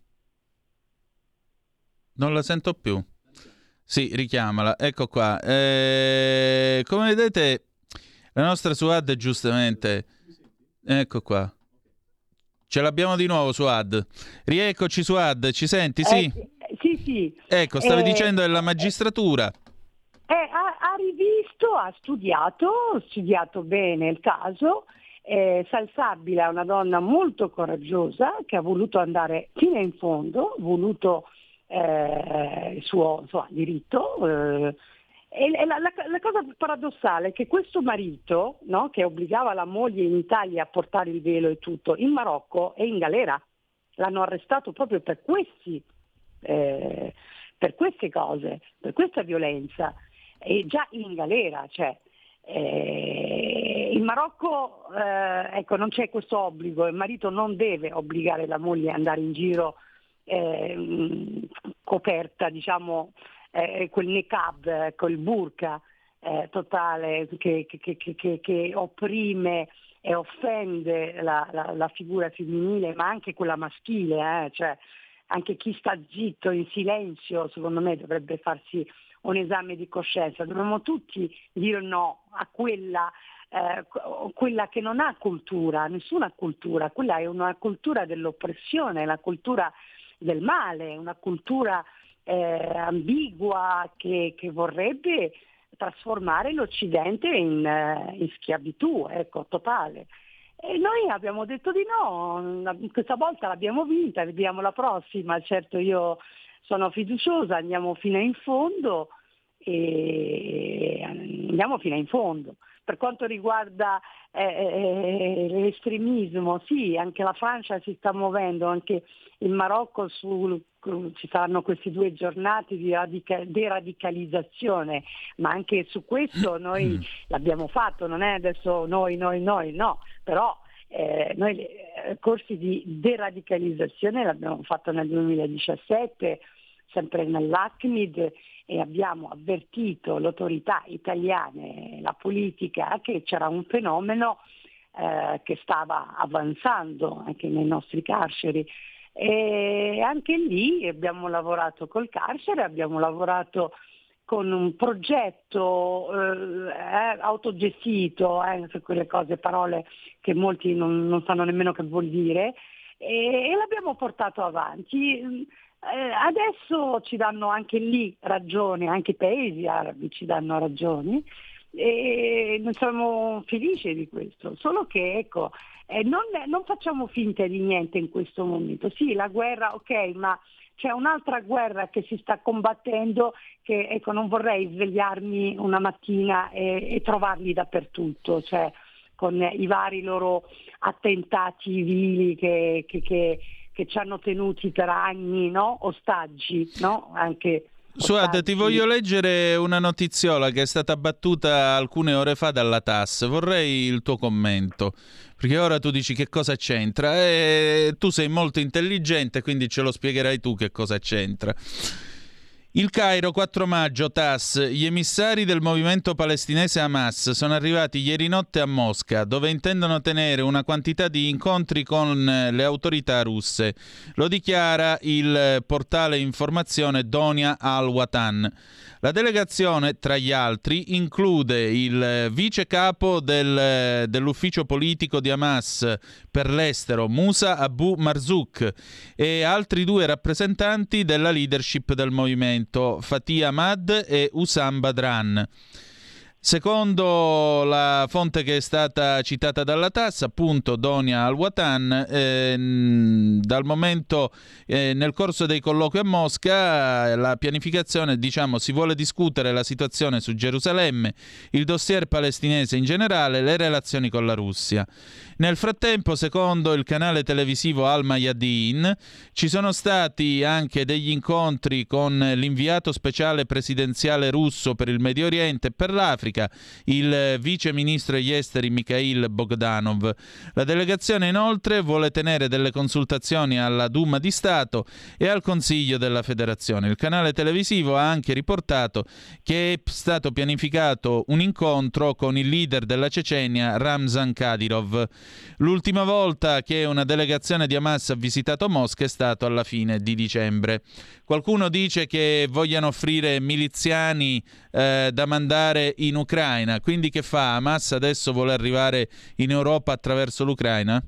Non la sento più. Sì, richiamala, ecco qua. Come vedete, la nostra Suad giustamente... Ecco qua. Ce l'abbiamo di nuovo, Suad. Rieccoci, Suad, ci senti? Sì? Sì. Ecco, stavi dicendo della magistratura. Ha rivisto, ha studiato bene il caso. Salsabile è una donna molto coraggiosa che ha voluto andare fino in fondo, ha voluto il suo diritto. E la cosa paradossale è che questo marito, no, che obbligava la moglie in Italia a portare il velo e tutto, in Marocco è in galera. L'hanno arrestato proprio per queste cose, per questa violenza. È già in galera, cioè. In Marocco ecco, non c'è questo obbligo, il marito non deve obbligare la moglie ad andare in giro coperta, diciamo, quel niqab, col burqa totale che opprime e offende la figura femminile, ma anche quella maschile, cioè anche chi sta zitto in silenzio secondo me dovrebbe farsi un esame di coscienza. Dobbiamo tutti dire no a quella che non ha cultura, nessuna cultura, quella è una cultura dell'oppressione, la cultura del male, una cultura ambigua che vorrebbe trasformare l'Occidente in schiavitù, ecco, totale. E noi abbiamo detto di no, questa volta l'abbiamo vinta, vediamo la prossima. Certo, io sono fiduciosa, andiamo fino in fondo. Per quanto riguarda l'estremismo, sì, anche la Francia si sta muovendo, anche il Marocco ci saranno queste 2 giornate di deradicalizzazione, ma anche su questo noi l'abbiamo fatto, non è adesso noi, no, però noi corsi di deradicalizzazione l'abbiamo fatto nel 2017, sempre nell'ACMID, e abbiamo avvertito le autorità italiane, la politica, che c'era un fenomeno che stava avanzando anche nei nostri carceri. E anche lì abbiamo lavorato col carcere, abbiamo lavorato con un progetto autogestito, quelle parole che molti non sanno nemmeno che vuol dire, e l'abbiamo portato avanti. Adesso ci danno anche lì ragione, anche i paesi arabi ci danno ragioni, e noi siamo felici di questo, solo che ecco, non facciamo finta di niente in questo momento. Sì, la guerra, ok, ma c'è un'altra guerra che si sta combattendo, che ecco, non vorrei svegliarmi una mattina e trovarli dappertutto, cioè con i vari loro attentati vili che ci hanno tenuti per anni, no? Ostaggi, no? Anche Suad, ti voglio leggere una notiziola che è stata battuta alcune ore fa dalla TAS. Vorrei il tuo commento, perché ora tu dici che cosa c'entra, e tu sei molto intelligente, quindi ce lo spiegherai tu che cosa c'entra. Il Cairo, 4 maggio, TASS. Gli emissari del movimento palestinese Hamas sono arrivati ieri notte a Mosca, dove intendono tenere una quantità di incontri con le autorità russe. Lo dichiara il portale informazione Donia Al-Watan. La delegazione, tra gli altri, include il vice capo dell'ufficio politico di Hamas per l'estero, Musa Abu Marzouk, e altri 2 rappresentanti della leadership del movimento, Fatih Ahmad e Hussam Badran. Secondo la fonte che è stata citata dalla TASS, appunto Donia Al-Watan, dal momento nel corso dei colloqui a Mosca la pianificazione, si vuole discutere la situazione su Gerusalemme, il dossier palestinese in generale, le relazioni con la Russia. Nel frattempo, secondo il canale televisivo Al Mayadeen, ci sono stati anche degli incontri con l'inviato speciale presidenziale russo per il Medio Oriente e per l'Africa, il vice ministro degli esteri Mikhail Bogdanov. La delegazione inoltre vuole tenere delle consultazioni alla Duma di Stato e al Consiglio della Federazione. Il canale televisivo ha anche riportato che è stato pianificato un incontro con il leader della Cecenia Ramzan Kadyrov. L'ultima volta che una delegazione di Hamas ha visitato Mosca è stato alla fine di dicembre. Qualcuno dice che vogliano offrire miliziani da mandare in Ucraina, quindi che fa? Hamas adesso vuole arrivare in Europa attraverso l'Ucraina?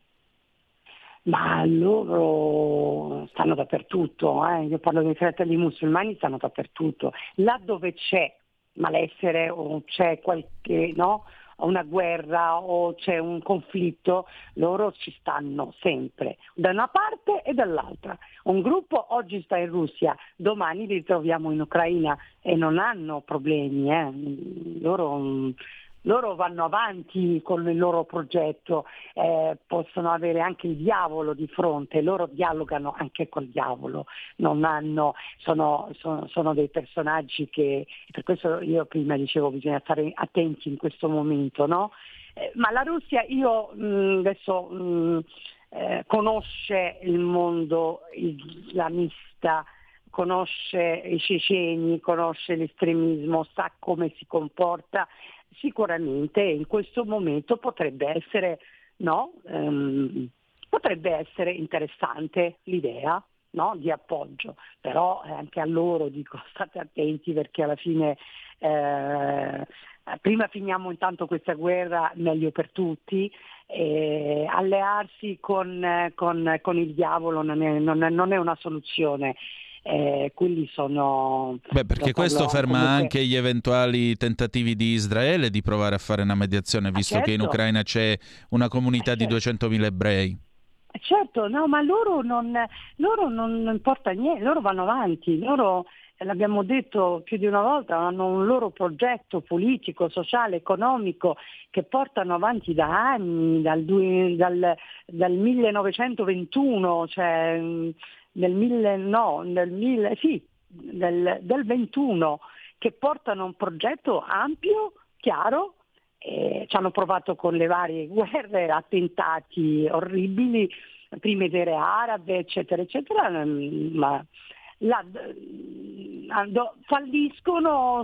Ma loro stanno dappertutto, io parlo dei fratelli musulmani, stanno dappertutto. Là dove c'è malessere o c'è qualche, una guerra o c'è un conflitto, loro ci stanno sempre, da una parte e dall'altra. Un gruppo oggi sta in Russia, domani li troviamo in Ucraina e non hanno problemi, loro vanno avanti con il loro progetto, possono avere anche il diavolo di fronte, loro dialogano anche col diavolo, sono dei personaggi che, per questo io prima dicevo bisogna stare attenti in questo momento, no? Ma la Russia conosce il mondo islamista, conosce i ceceni, conosce l'estremismo, sa come si comporta. Sicuramente in questo momento potrebbe essere interessante l'idea, di appoggio, però anche a loro dico state attenti, perché alla fine prima finiamo intanto questa guerra, meglio per tutti. Allearsi con il diavolo non è una soluzione. Quelli sono... perché questo ferma anche gli eventuali tentativi di Israele di provare a fare una mediazione, visto che in Ucraina c'è una comunità di 200.000 ebrei. Certo, no, ma loro non importa niente, loro vanno avanti, loro, l'abbiamo detto più di una volta, hanno un loro progetto politico, sociale, economico che portano avanti da anni, dal 1921, cioè del 21, che portano un progetto ampio, chiaro, ci hanno provato con le varie guerre, attentati orribili, primavere arabe, eccetera, eccetera, ma falliscono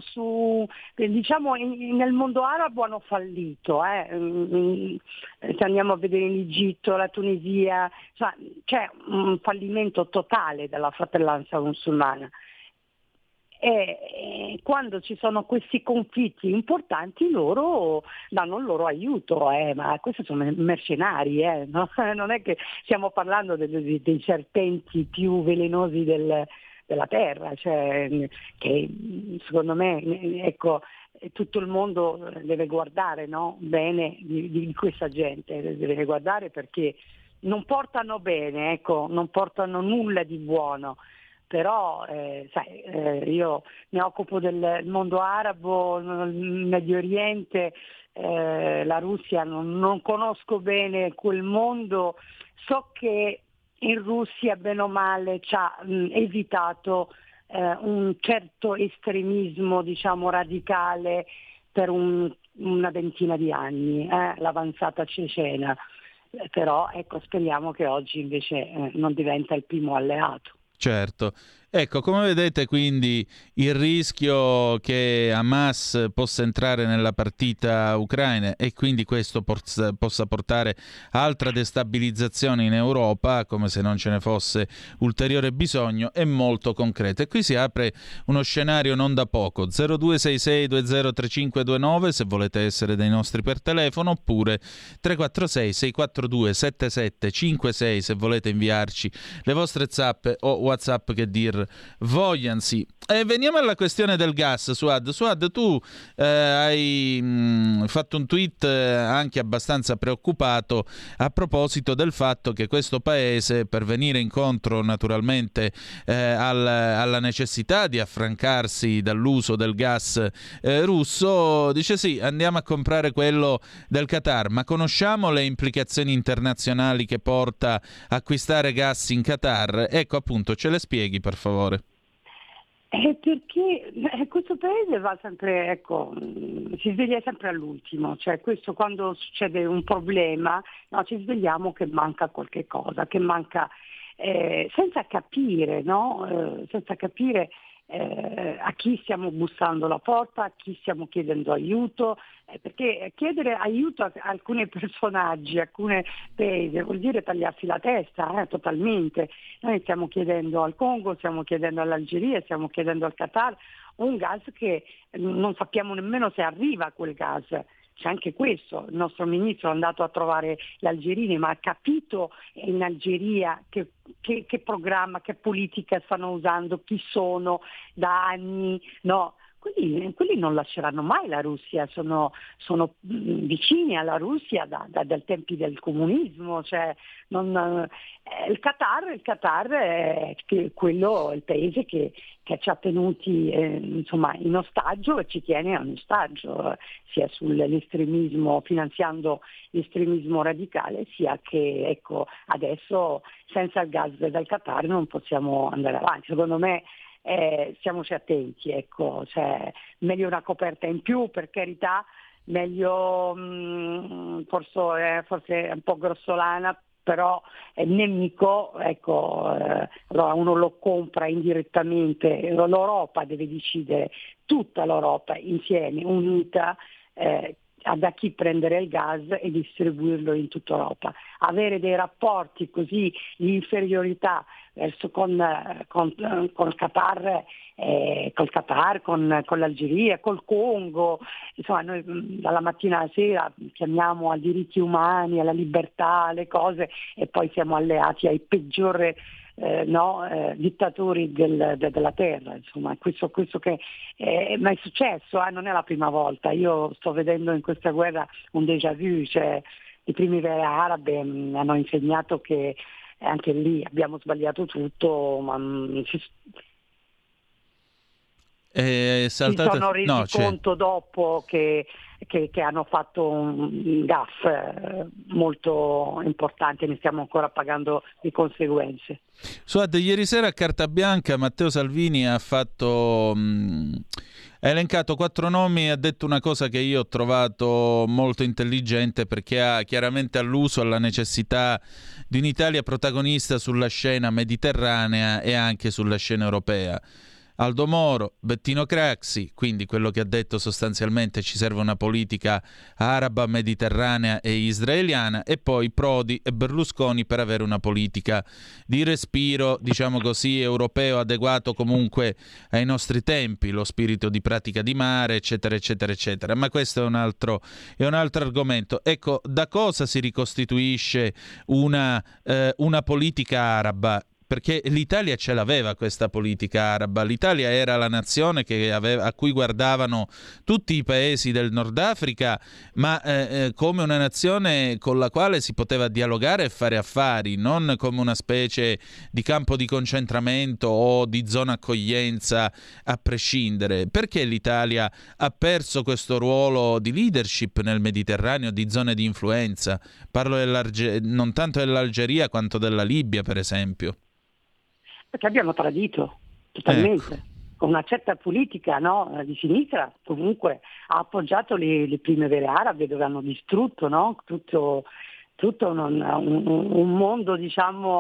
nel mondo arabo hanno fallito, se andiamo a vedere in Egitto, la Tunisia, c'è un fallimento totale della fratellanza musulmana. E quando ci sono questi conflitti importanti loro danno il loro aiuto, ma questi sono mercenari, no? Non è che stiamo parlando dei serpenti più velenosi della terra, cioè, che secondo me tutto il mondo deve guardare, no? Bene di questa gente, deve guardare, perché non portano bene, non portano nulla di buono. Però io mi occupo del mondo arabo, il Medio Oriente, la Russia, non conosco bene quel mondo, so che in Russia bene o male ci ha evitato un certo estremismo, radicale per una ventina di anni, l'avanzata cecena, però speriamo che oggi invece non diventa il primo alleato. Certo. Ecco, come vedete quindi il rischio che Hamas possa entrare nella partita ucraina e quindi questo possa portare a altra destabilizzazione in Europa, come se non ce ne fosse ulteriore bisogno, è molto concreto. E qui si apre uno scenario non da poco. 0266203529 se volete essere dei nostri per telefono, oppure 346 642 7756 se volete inviarci le vostre zappe o WhatsApp che dir vogliansi. E veniamo alla questione del gas. Suad, tu hai fatto un tweet anche abbastanza preoccupato a proposito del fatto che questo paese, per venire incontro naturalmente alla necessità di affrancarsi dall'uso del gas russo, dice sì, andiamo a comprare quello del Qatar. Ma conosciamo le implicazioni internazionali che porta a acquistare gas in Qatar? Ecco, appunto, ce le spieghi per favore. Perché questo paese va sempre, si sveglia sempre all'ultimo, cioè questo quando succede un problema, no, ci svegliamo che manca qualche cosa, che manca senza capire, no? Senza capire a chi stiamo bussando la porta, a chi stiamo chiedendo aiuto, perché chiedere aiuto a alcuni personaggi, a alcune paesi, vuol dire tagliarsi la testa totalmente. Noi stiamo chiedendo al Congo, stiamo chiedendo all'Algeria, stiamo chiedendo al Qatar un gas che non sappiamo nemmeno se arriva quel gas. C'è anche questo, il nostro ministro è andato a trovare gli algerini, ma ha capito in Algeria che programma, che politica stanno usando, chi sono da anni, no? Quelli non lasceranno mai la Russia, sono vicini alla Russia dai tempi del comunismo, cioè il Qatar è quello, il paese che ci ha tenuti in ostaggio e ci tiene in ostaggio, sia sull'estremismo, finanziando l'estremismo radicale, sia che adesso senza il gas dal Qatar non possiamo andare avanti. Secondo me stiamoci attenti, cioè, meglio una coperta in più, per carità, meglio forse è un po' grossolana, però è nemico, allora uno lo compra indirettamente, l'Europa deve decidere, tutta l'Europa insieme, unita, da chi prendere il gas e distribuirlo in tutta Europa. Avere dei rapporti così di inferiorità con il Qatar, con l'Algeria, col Congo, insomma noi dalla mattina alla sera chiamiamo a diritti umani, alla libertà, alle cose, e poi siamo alleati ai peggiori dittatori della terra, insomma, questo che ma è successo, non è la prima volta. Io sto vedendo in questa guerra un déjà vu, cioè le primavere arabe hanno insegnato che anche lì abbiamo sbagliato tutto, ma si sono resi conto dopo che hanno fatto un gaff molto importante, ne stiamo ancora pagando le conseguenze. Suad, ieri sera a Carta Bianca Matteo Salvini ha elencato 4 nomi e ha detto una cosa che io ho trovato molto intelligente, perché ha chiaramente alluso alla necessità di un'Italia protagonista sulla scena mediterranea e anche sulla scena europea. Aldo Moro, Bettino Craxi, quindi quello che ha detto sostanzialmente ci serve una politica araba, mediterranea e israeliana, e poi Prodi e Berlusconi per avere una politica di respiro, diciamo così, europeo, adeguato comunque ai nostri tempi, lo spirito di pratica di mare, eccetera, eccetera, eccetera. Ma questo è un altro argomento. Ecco, da cosa si ricostituisce una politica araba? Perché l'Italia ce l'aveva questa politica araba. L'Italia era la nazione a cui guardavano tutti i paesi del Nord Africa, ma come una nazione con la quale si poteva dialogare e fare affari, non come una specie di campo di concentramento o di zona accoglienza a prescindere. Perché l'Italia ha perso questo ruolo di leadership nel Mediterraneo, di zone di influenza? Parlo non tanto dell'Algeria quanto della Libia, per esempio. Perché abbiamo tradito totalmente. Con una certa politica di sinistra comunque ha appoggiato le primavere arabe, dove hanno distrutto tutto un mondo, diciamo,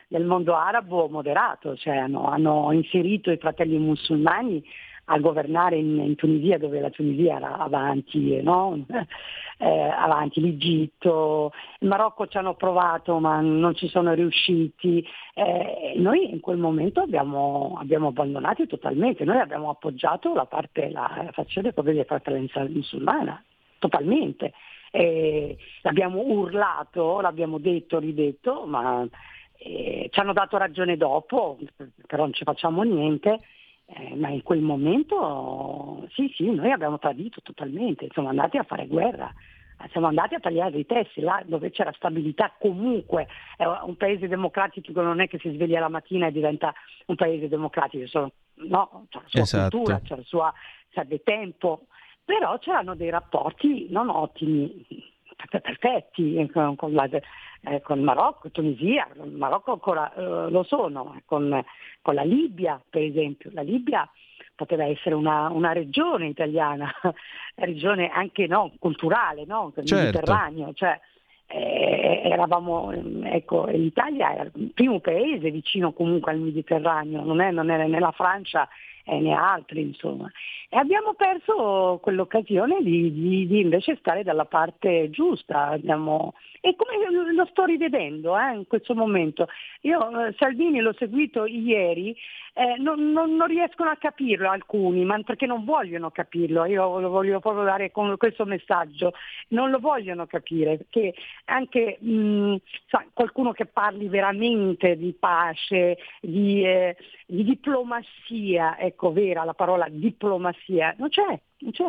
del mondo arabo moderato, cioè hanno inserito i fratelli musulmani a governare in Tunisia, dove la Tunisia era avanti, no? Avanti l'Egitto, il Marocco ci hanno provato ma non ci sono riusciti. Noi in quel momento abbiamo abbandonato totalmente, noi abbiamo appoggiato la fazione proprio dei fratelli musulmana, totalmente. L'abbiamo urlato, l'abbiamo detto, ridetto, ma ci hanno dato ragione dopo, però non ci facciamo niente. Ma in quel momento sì, noi abbiamo tradito totalmente, siamo andati a fare guerra, siamo andati a tagliare i testi, là dove c'era stabilità comunque. Un paese democratico non è che si sveglia la mattina e diventa un paese democratico, c'è la sua cultura, serve tempo, però c'erano dei rapporti non ottimi, perfetti con il Marocco, Tunisia, il Marocco ancora lo sono, con la Libia per esempio. La Libia poteva essere una regione italiana, regione anche culturale, no? Mediterraneo, cioè eravamo, l'Italia era il primo paese vicino comunque al Mediterraneo, non era né la Francia né altri, insomma. E abbiamo perso quell'occasione di invece stare dalla parte giusta. E come lo sto rivedendo in questo momento. Io Salvini l'ho seguito ieri, non riescono a capirlo alcuni, ma perché non vogliono capirlo. Io lo voglio proprio dare con questo messaggio, non lo vogliono capire, perché anche qualcuno che parli veramente di pace, di diplomazia, ecco, vera la parola diplomazia, non c'è.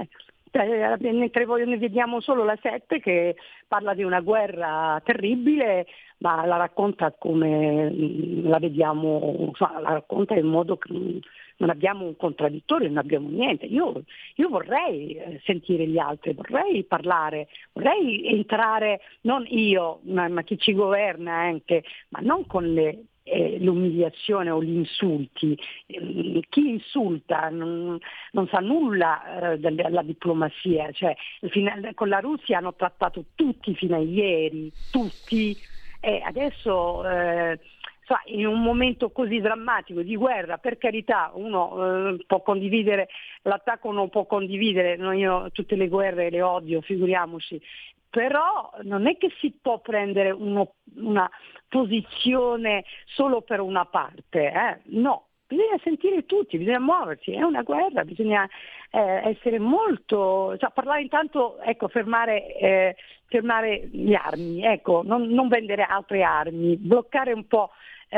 Mentre ne vediamo solo la 7 che parla di una guerra terribile, ma la racconta come la vediamo, la racconta in modo che non abbiamo un contraddittorio, non abbiamo niente. Io vorrei sentire gli altri, vorrei parlare, vorrei entrare, non io, ma chi ci governa anche, ma non con l'umiliazione o gli insulti. Chi insulta non sa nulla della diplomazia, cioè, con la Russia hanno trattato tutti fino a ieri, tutti, e adesso in un momento così drammatico di guerra, per carità, uno può condividere l'attacco, non può condividere, io tutte le guerre le odio, figuriamoci, però non è che si può prendere una posizione solo per una parte, no, bisogna sentire tutti, bisogna muoversi, è una guerra, bisogna essere molto, parlare intanto, fermare le armi, non vendere altre armi, bloccare un po'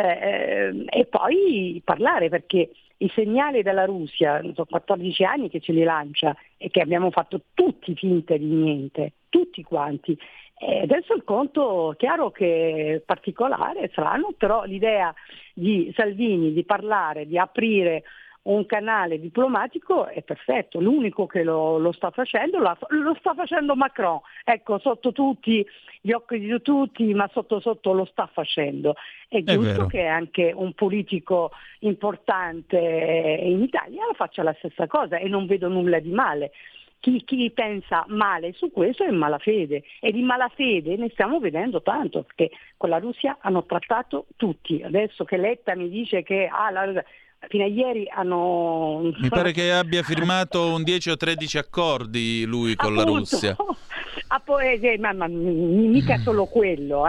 e poi parlare, perché i segnali della Russia, sono 14 anni che ce li lancia e che abbiamo fatto tutti finta di niente, tutti quanti. Adesso il conto chiaro che è particolare, strano, però l'idea di Salvini di parlare, di aprire un canale diplomatico è perfetto, l'unico che lo sta facendo, lo sta facendo Macron, sotto tutti gli occhi di tutti, ma sotto sotto lo sta facendo. È giusto che anche un politico importante in Italia faccia la stessa cosa e non vedo nulla di male. Chi pensa male su questo è in malafede, e di malafede ne stiamo vedendo tanto, perché con la Russia hanno trattato tutti. Adesso che Letta mi dice che fino a ieri hanno... Mi pare che abbia firmato un 10 o 13 accordi lui con la Russia. Ma mica solo quello,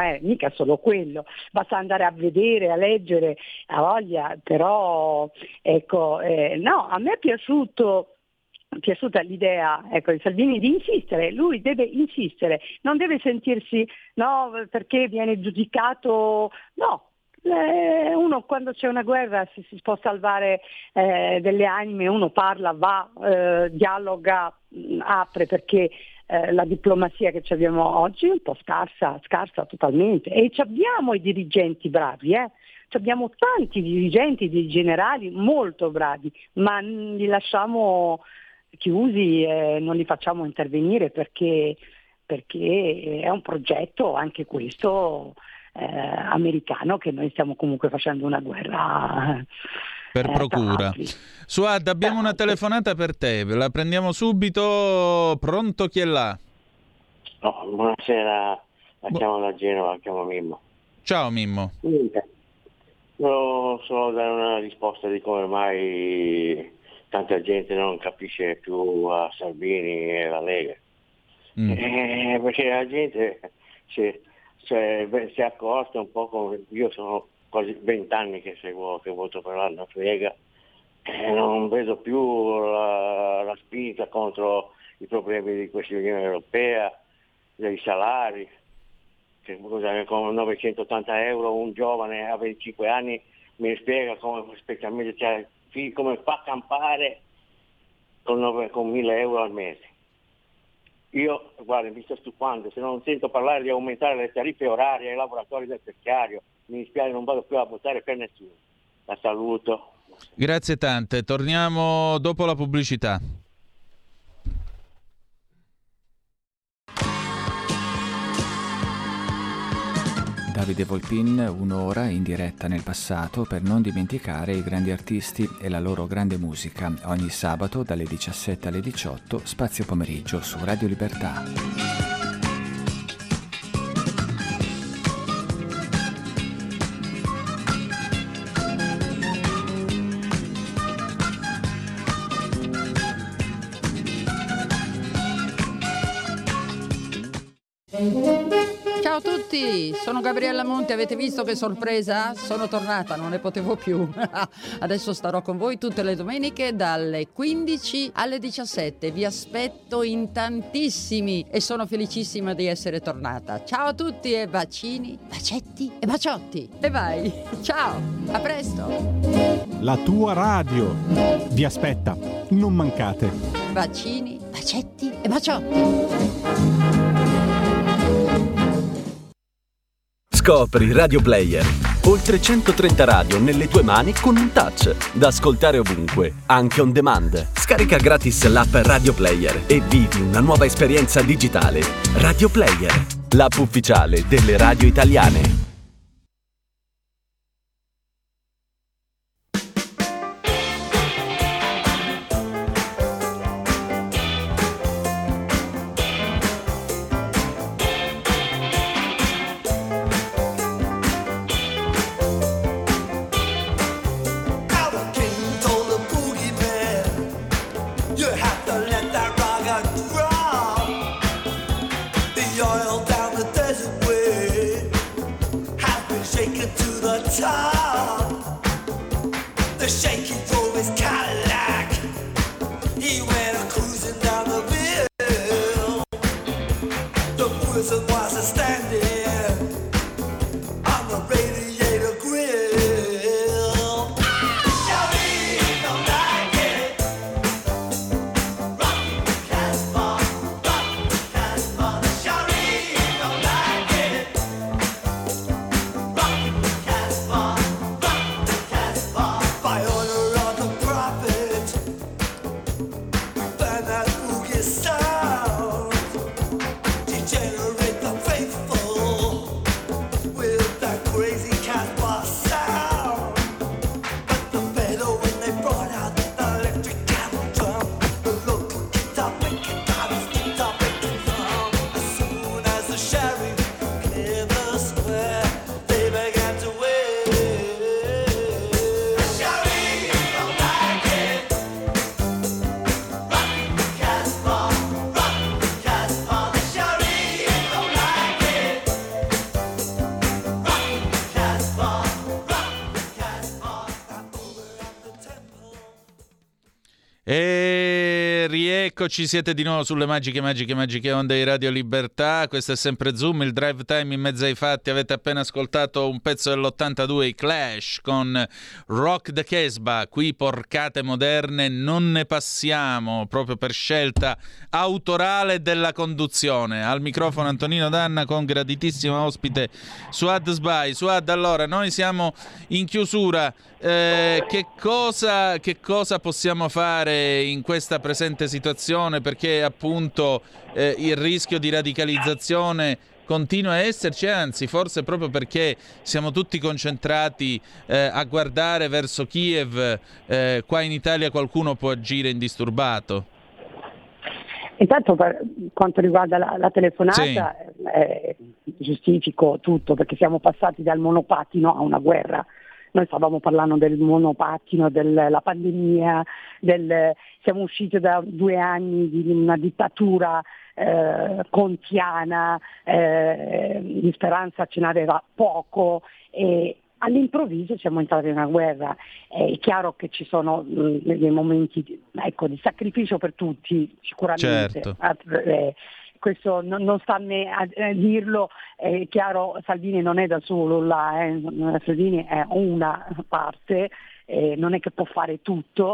basta andare a vedere, a leggere, a voglia, però no, a me è piaciuta l'idea di Salvini di insistere, lui deve insistere, non deve sentirsi perché viene giudicato, uno quando c'è una guerra si può salvare delle anime, uno parla, va, dialoga, apre, perché la diplomazia che abbiamo oggi è un po' scarsa totalmente, e abbiamo i dirigenti bravi, abbiamo tanti dirigenti, dei generali molto bravi, ma li lasciamo chiusi e non li facciamo intervenire perché è un progetto anche questo americano, che noi stiamo comunque facendo una guerra per procura. Suad, abbiamo una telefonata per te, la prendiamo subito. Pronto, chi è là? Buonasera, la chiamo da Genova, chiamo Mimmo. Ciao Mimmo. Niente. Volevo solo dare una risposta di come mai tanta gente non capisce più a Salvini e la Lega. Perché la gente si è accorta un po' come io sono quasi 20 anni che voto per la Lega e non vedo più la spinta contro i problemi di questa Unione Europea, dei salari, che con 980 euro un giovane a 25 anni mi spiega come specialmente come fa campare con 1.000 euro al mese. Io, guarda, mi sto stufando, se non sento parlare di aumentare le tariffe orarie ai lavoratori del terziario, mi dispiace, non vado più a votare per nessuno. La saluto. Grazie tante, torniamo dopo la pubblicità. Davide Volpin, un'ora in diretta nel passato per non dimenticare i grandi artisti e la loro grande musica. Ogni sabato dalle 17 alle 18, spazio pomeriggio su Radio Libertà. Ciao a tutti, sono Gabriella Monti, avete visto che sorpresa? Sono tornata, non ne potevo più. Adesso starò con voi tutte le domeniche dalle 15 alle 17. Vi aspetto in tantissimi e sono felicissima di essere tornata. Ciao a tutti e bacini, bacetti e baciotti. E vai, ciao, a presto. La tua radio vi aspetta, non mancate. Bacini, bacetti e baciotti. Scopri Radio Player. Oltre 130 radio nelle tue mani con un touch. Da ascoltare ovunque, anche on demand. Scarica gratis l'app Radio Player e vivi una nuova esperienza digitale. Radio Player, l'app ufficiale delle radio italiane. E rieccoci, siete di nuovo sulle magiche onde di Radio Libertà. Questo è sempre Zoom, il drive time in mezzo ai fatti. Avete appena ascoltato un pezzo dell'82, i Clash con Rock the Casbah. Qui porcate moderne non ne passiamo, proprio per scelta autorale della conduzione. Al microfono Antonino Danna con graditissima ospite Suad Sbai. Suad, allora, noi siamo in chiusura. Che cosa possiamo fare in questa presente situazione, perché appunto il rischio di radicalizzazione continua a esserci, anzi forse proprio perché siamo tutti concentrati a guardare verso Kiev, qua in Italia qualcuno può agire indisturbato. Intanto per quanto riguarda la telefonata, sì, giustifico tutto, perché siamo passati dal monopattino a una guerra Noi stavamo parlando del monopattino, della pandemia, siamo usciti da 2 anni di una dittatura contiana, di speranza ce n'aveva poco e all'improvviso siamo entrati in una guerra. È chiaro che ci sono dei momenti di sacrificio per tutti, sicuramente. Certo. Questo non sta a me a dirlo, è chiaro, Salvini non è da solo là, Salvini è una parte, non è che può fare tutto.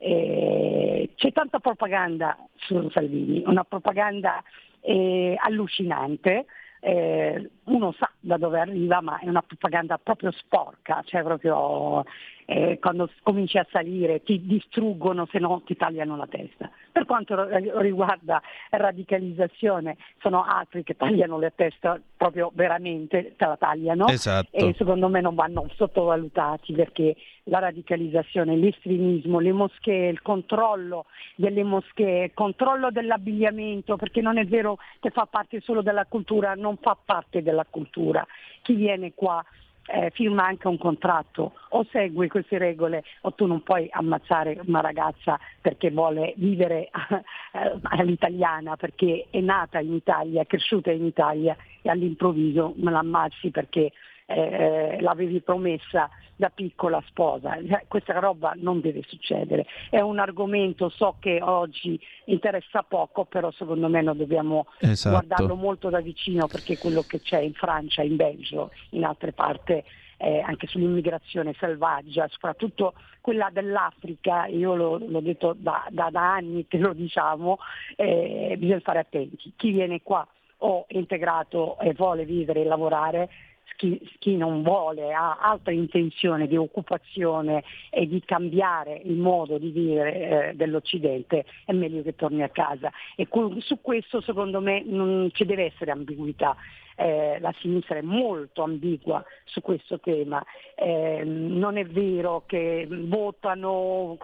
C'è tanta propaganda su Salvini, una propaganda allucinante, uno sa da dove arriva, ma è una propaganda proprio sporca, cioè proprio quando cominci a salire ti distruggono, se no ti tagliano la testa. Per quanto riguarda radicalizzazione, sono altri che tagliano la testa, proprio veramente te la tagliano. Esatto. E secondo me non vanno sottovalutati, perché la radicalizzazione, l'estremismo, le moschee, il controllo delle moschee, il controllo dell'abbigliamento, perché non è vero che fa parte solo della cultura, non fa parte della cultura. Chi viene qua firma anche un contratto, o segui queste regole o tu non puoi ammazzare una ragazza perché vuole vivere all'italiana, perché è nata in Italia, è cresciuta in Italia e all'improvviso me la ammazzi perché l'avevi promessa da piccola sposa. Questa roba non deve succedere. È un argomento, so che oggi interessa poco, però secondo me noi dobbiamo guardarlo molto da vicino, perché quello che c'è in Francia, in Belgio, in altre parti, anche sull'immigrazione selvaggia, soprattutto quella dell'Africa, io l'ho detto da anni che lo diciamo, bisogna stare attenti. Chi viene qua o è integrato e vuole vivere e lavorare, chi non vuole, ha altra intenzione di occupazione e di cambiare il modo di vivere dell'Occidente, è meglio che torni a casa. E su questo secondo me non ci deve essere ambiguità. La sinistra è molto ambigua su questo tema, non è vero che votano,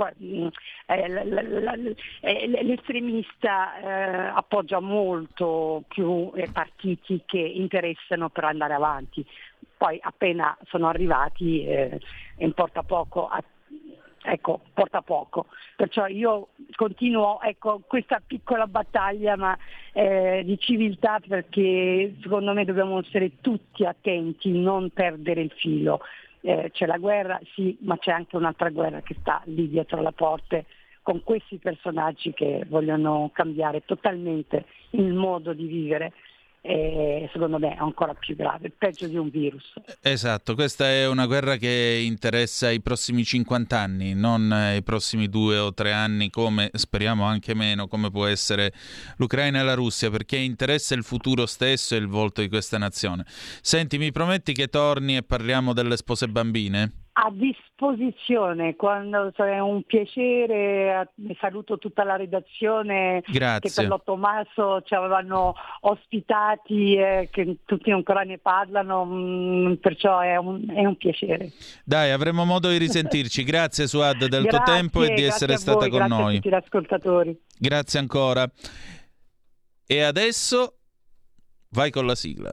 l'estremista appoggia molto più partiti che interessano per andare avanti, poi appena sono arrivati importa poco, porta poco, perciò io continuo questa piccola battaglia di civiltà, perché secondo me dobbiamo essere tutti attenti, non perdere il filo. C'è la guerra, sì, ma c'è anche un'altra guerra che sta lì dietro le porte, con questi personaggi che vogliono cambiare totalmente il modo di vivere. Secondo me è ancora più grave, peggio di un virus. Esatto, questa è una guerra che interessa i prossimi 50 anni, non i prossimi 2 o 3 anni, come speriamo anche meno, come può essere l'Ucraina e la Russia, perché interessa il futuro stesso e il volto di questa nazione. Senti, mi prometti che torni e parliamo delle spose bambine? A disposizione, quando è un piacere, saluto tutta la redazione. Grazie. Che per l'8 marzo ci avevano ospitati, che tutti ancora ne parlano, perciò è un piacere. Dai, avremo modo di risentirci. Grazie Suad del tuo tempo e di essere stata con noi. Grazie a tutti gli ascoltatori. Grazie ancora. E adesso vai con la sigla.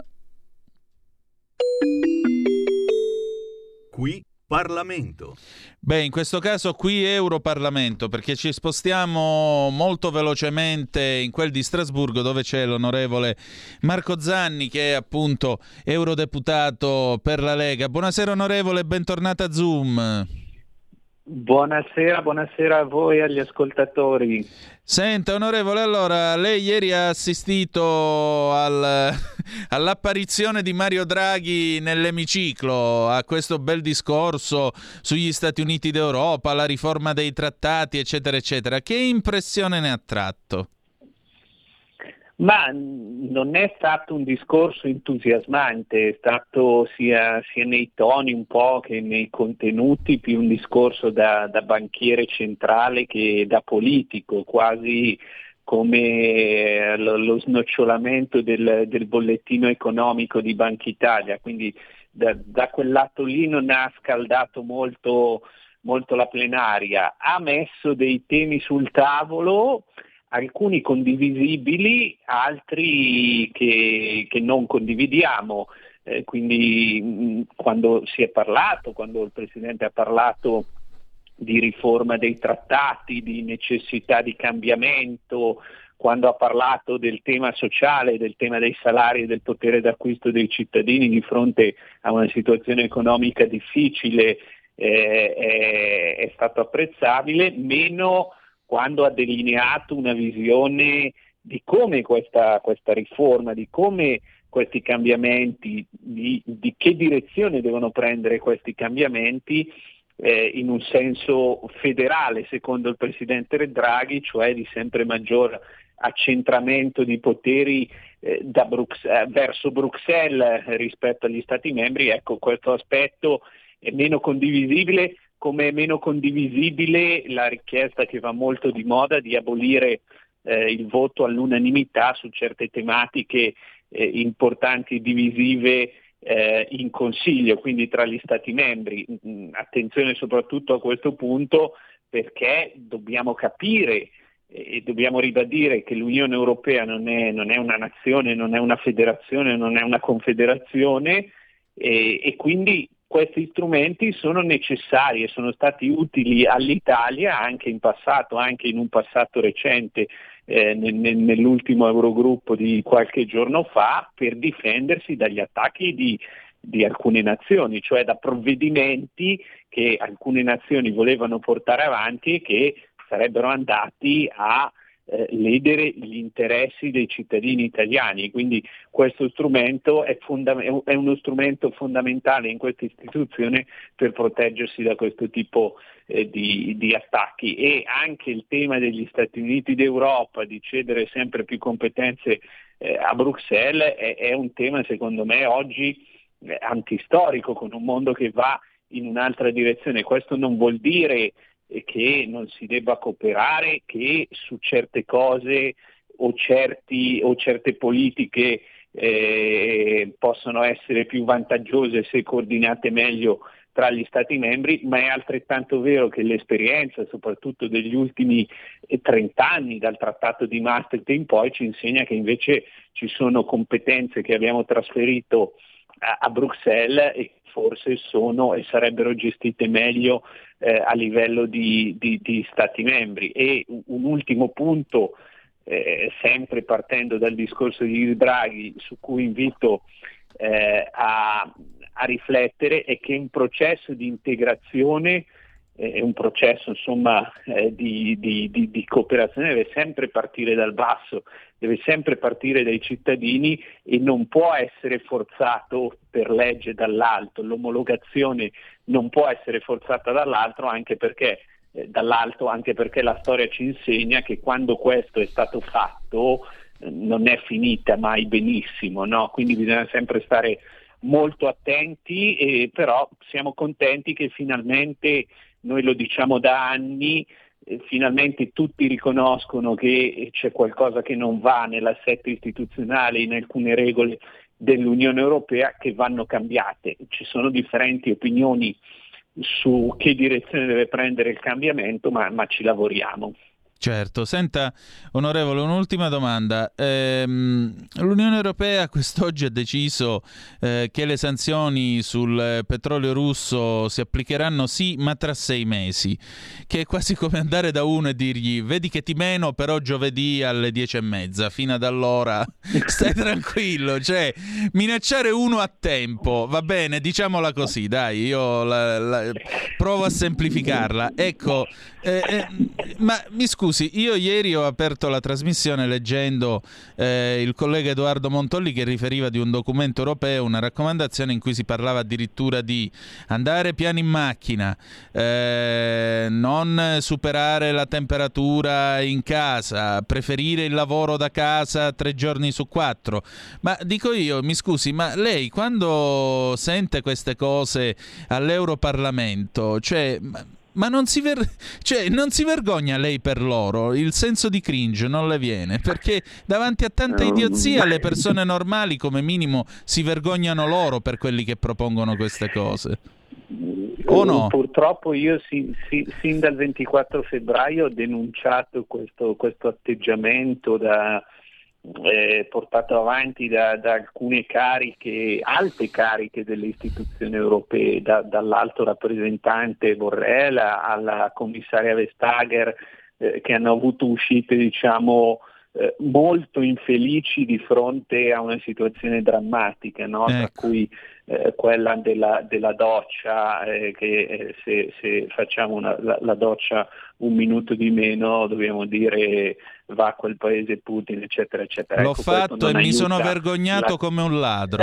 Qui Parlamento. Beh, in questo caso qui Europarlamento, perché ci spostiamo molto velocemente in quel di Strasburgo, dove c'è l'onorevole Marco Zanni, che è appunto eurodeputato per la Lega. Buonasera onorevole, bentornata a Zoom. Buonasera a voi e agli ascoltatori. Senta onorevole, allora lei ieri ha assistito all'apparizione di Mario Draghi nell'emiciclo, a questo bel discorso sugli Stati Uniti d'Europa, la riforma dei trattati, eccetera eccetera. Che impressione ne ha tratto? Ma non è stato un discorso entusiasmante, è stato sia nei toni un po' che nei contenuti più un discorso da banchiere centrale che da politico, quasi come lo snoccionamento del bollettino economico di Banca Italia, quindi da quel lato lì non ha scaldato molto la plenaria, ha messo dei temi sul tavolo, alcuni condivisibili, altri che non condividiamo. quindi quando il Presidente ha parlato di riforma dei trattati, di necessità di cambiamento, quando ha parlato del tema sociale, del tema dei salari e del potere d'acquisto dei cittadini di fronte a una situazione economica difficile, è stato apprezzabile, meno quando ha delineato una visione di come questa riforma, di come questi cambiamenti, di che direzione devono prendere questi cambiamenti in un senso federale, secondo il Presidente Draghi, cioè di sempre maggior accentramento di poteri verso Bruxelles rispetto agli Stati membri. Ecco, questo aspetto è meno condivisibile, come è meno condivisibile la richiesta che va molto di moda di abolire il voto all'unanimità su certe tematiche importanti e divisive in Consiglio, quindi tra gli Stati membri. Attenzione soprattutto a questo punto, perché dobbiamo capire e dobbiamo ribadire che l'Unione Europea non è una nazione, non è una federazione, non è una confederazione, e quindi questi strumenti sono necessari e sono stati utili all'Italia anche in passato, anche in un passato recente, nell'ultimo Eurogruppo di qualche giorno fa, per difendersi dagli attacchi di alcune nazioni, cioè da provvedimenti che alcune nazioni volevano portare avanti e che sarebbero andati a ledere gli interessi dei cittadini italiani. Quindi questo strumento è uno strumento fondamentale in questa istituzione per proteggersi da questo tipo di attacchi. E anche il tema degli Stati Uniti d'Europa, di cedere sempre più competenze a Bruxelles, è un tema secondo me oggi antistorico, con un mondo che va in un'altra direzione. Questo non vuol dire che non si debba cooperare, che su certe cose o certe politiche possono essere più vantaggiose se coordinate meglio tra gli Stati membri, ma è altrettanto vero che l'esperienza, soprattutto degli ultimi 30 anni, dal Trattato di Maastricht in poi, ci insegna che invece ci sono competenze che abbiamo trasferito a Bruxelles e forse sono e sarebbero gestite meglio a livello di Stati membri. E un ultimo punto, sempre partendo dal discorso di Draghi, su cui invito a riflettere, è che un processo di integrazione, un processo insomma di cooperazione deve sempre partire dal basso, deve sempre partire dai cittadini e non può essere forzato per legge dall'alto. L'omologazione non può essere forzata dall'alto, anche perché la storia ci insegna che quando questo è stato fatto non è finita mai benissimo, no? Quindi bisogna sempre stare molto attenti, però siamo contenti che finalmente, noi lo diciamo da anni, finalmente tutti riconoscono che c'è qualcosa che non va nell'assetto istituzionale, in alcune regole dell'Unione Europea che vanno cambiate. Ci sono differenti opinioni su che direzione deve prendere il cambiamento, ma ci lavoriamo. Certo, senta onorevole, un'ultima domanda. L'Unione Europea quest'oggi ha deciso che le sanzioni sul petrolio russo si applicheranno sì, ma tra 6 mesi, che è quasi come andare da uno e dirgli: vedi che ti meno però giovedì alle 10:30, fino ad allora stai tranquillo. Cioè, minacciare uno a tempo, va bene, diciamola così, dai, io provo a semplificarla. Ecco, ma mi scusi, io ieri ho aperto la trasmissione leggendo il collega Edoardo Montolli che riferiva di un documento europeo, una raccomandazione in cui si parlava addirittura di andare piano in macchina, non superare la temperatura in casa, preferire il lavoro da casa 3 giorni su 4. Ma dico io, mi scusi, ma lei quando sente queste cose all'Europarlamento, ma non si vergogna lei per loro? Il senso di cringe non le viene? Perché davanti a tanta idiozia le persone normali come minimo si vergognano loro per quelli che propongono queste cose. O no? Purtroppo io sin dal 24 febbraio ho denunciato questo atteggiamento da portato avanti da alcune cariche, alte cariche delle istituzioni europee, dall'alto rappresentante Borrell alla commissaria Vestager, che hanno avuto uscite diciamo molto infelici di fronte a una situazione drammatica, no? Tra cui quella della doccia, che se facciamo la doccia un minuto di meno dobbiamo dire va a quel paese Putin, eccetera eccetera. L'ho fatto e mi sono vergognato come un ladro.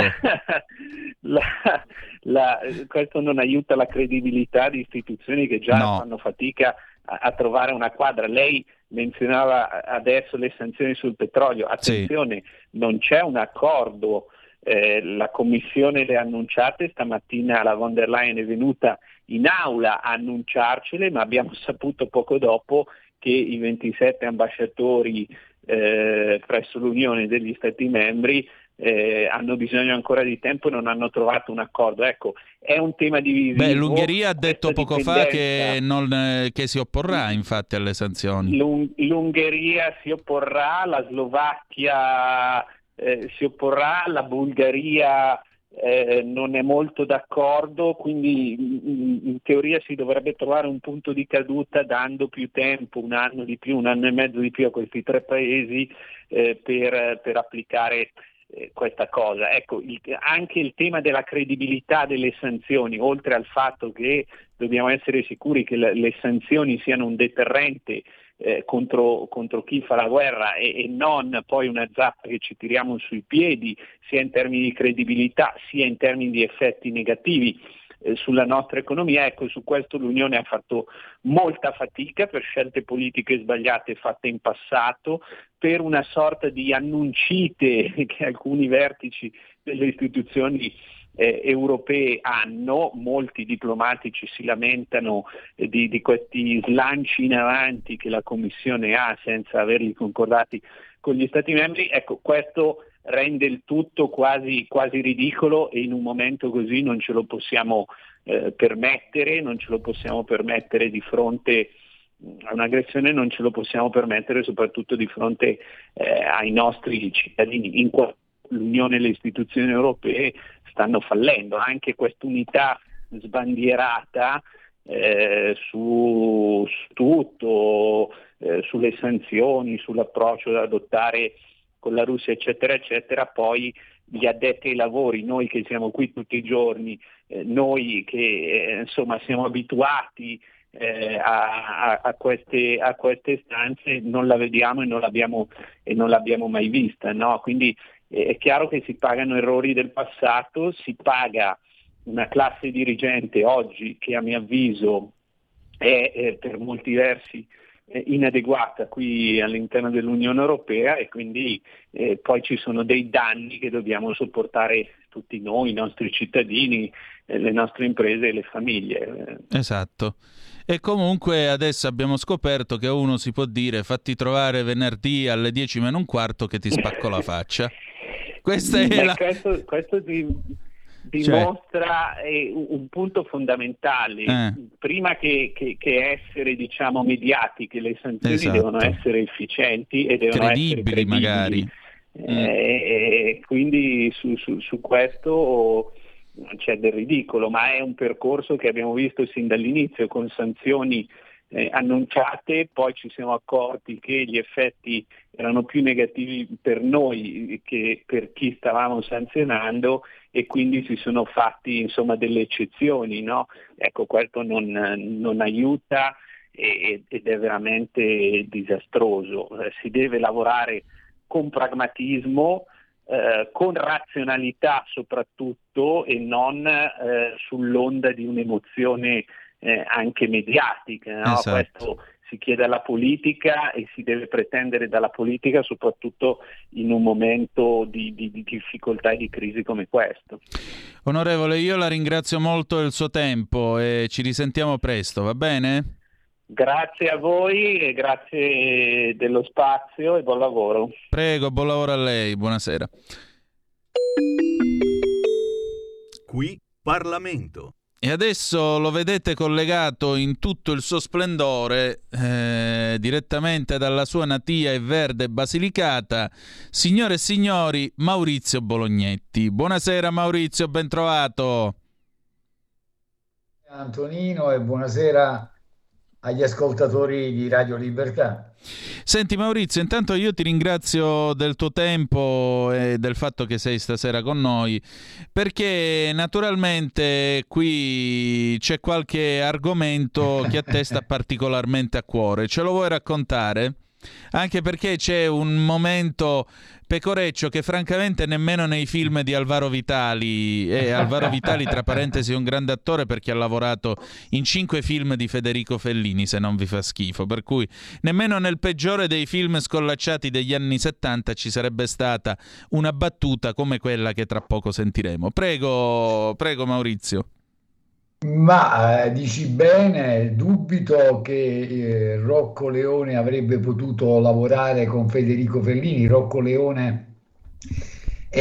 Questo non aiuta la credibilità di istituzioni che già fanno fatica a trovare una quadra. Lei menzionava adesso le sanzioni sul petrolio, attenzione, non c'è un accordo, la Commissione le ha annunciate, stamattina la von der Leyen è venuta in aula a annunciarcele, ma abbiamo saputo poco dopo che i 27 ambasciatori presso l'Unione degli Stati membri hanno bisogno ancora di tempo e non hanno trovato un accordo. Ecco, è un tema divisivo. L'Ungheria ha detto poco fa che si opporrà infatti alle sanzioni. L'Ungheria si opporrà, la Slovacchia si opporrà, la Bulgaria non è molto d'accordo, quindi in teoria si dovrebbe trovare un punto di caduta dando più tempo, un anno di più, un anno e mezzo di più a questi tre paesi per applicare questa cosa. Ecco, anche il tema della credibilità delle sanzioni, oltre al fatto che dobbiamo essere sicuri che le sanzioni siano un deterrente contro chi fa la guerra e non poi una zappa che ci tiriamo sui piedi, sia in termini di credibilità sia in termini di effetti negativi sulla nostra economia. Ecco, su questo l'Unione ha fatto molta fatica per scelte politiche sbagliate fatte in passato, per una sorta di annuncite che alcuni vertici delle istituzioni europee hanno. Molti diplomatici si lamentano di questi slanci in avanti che la Commissione ha senza averli concordati con gli Stati membri. Ecco, questo rende il tutto quasi ridicolo e in un momento così non ce lo possiamo permettere, non ce lo possiamo permettere di fronte a un'aggressione, non ce lo possiamo permettere soprattutto di fronte ai nostri cittadini. L'Unione e le istituzioni europee stanno fallendo. Anche quest'unità sbandierata su tutto, sulle sanzioni, sull'approccio da adottare con la Russia, eccetera, eccetera, poi gli addetti ai lavori, noi che siamo qui tutti i giorni, noi che insomma siamo abituati a queste istanze, non la vediamo e non l'abbiamo mai vista, no? Quindi è chiaro che si pagano errori del passato, si paga una classe dirigente oggi che a mio avviso è per molti versi inadeguata qui all'interno dell'Unione Europea, e quindi poi ci sono dei danni che dobbiamo sopportare tutti noi, i nostri cittadini, le nostre imprese e le famiglie. Esatto. E comunque adesso abbiamo scoperto che uno si può dire fatti trovare venerdì alle 10 meno un quarto che ti spacco la faccia. Questa è questo dimostra un punto fondamentale. Prima che essere, diciamo, mediatiche, le sanzioni devono essere efficienti e devono essere credibili. Magari. Quindi su questo c'è del ridicolo, ma è un percorso che abbiamo visto sin dall'inizio, con sanzioni annunciate, poi ci siamo accorti che gli effetti erano più negativi per noi che per chi stavamo sanzionando, e quindi si sono fatti insomma delle eccezioni, no? Ecco, questo non aiuta ed è veramente disastroso. Si deve lavorare con pragmatismo, con razionalità soprattutto, e non sull'onda di un'emozione anche mediatica, no? Esatto. Questo si chiede alla politica e si deve pretendere dalla politica, soprattutto in un momento di difficoltà e di crisi come questo. Onorevole, io la ringrazio molto del suo tempo e ci risentiamo presto, va bene? Grazie a voi e grazie dello spazio e buon lavoro. Prego, buon lavoro a lei, buonasera. Qui Parlamento. E adesso lo vedete collegato in tutto il suo splendore, direttamente dalla sua natia e verde Basilicata, signore e signori, Maurizio Bolognetti. Buonasera Maurizio, ben trovato. Antonino, e buonasera agli ascoltatori di Radio Libertà. Senti Maurizio, intanto io ti ringrazio del tuo tempo e del fatto che sei stasera con noi, perché naturalmente qui c'è qualche argomento che a te sta particolarmente a cuore. Ce lo vuoi raccontare? Anche perché c'è un momento pecoreccio che francamente nemmeno nei film di Alvaro Vitali, e Alvaro Vitali tra parentesi è un grande attore perché ha lavorato in 5 film di Federico Fellini, se non vi fa schifo, per cui nemmeno nel peggiore dei film scollacciati degli anni 70 ci sarebbe stata una battuta come quella che tra poco sentiremo. Prego Maurizio. Ma dici bene, dubito che Rocco Leone avrebbe potuto lavorare con Federico Fellini. Rocco Leone è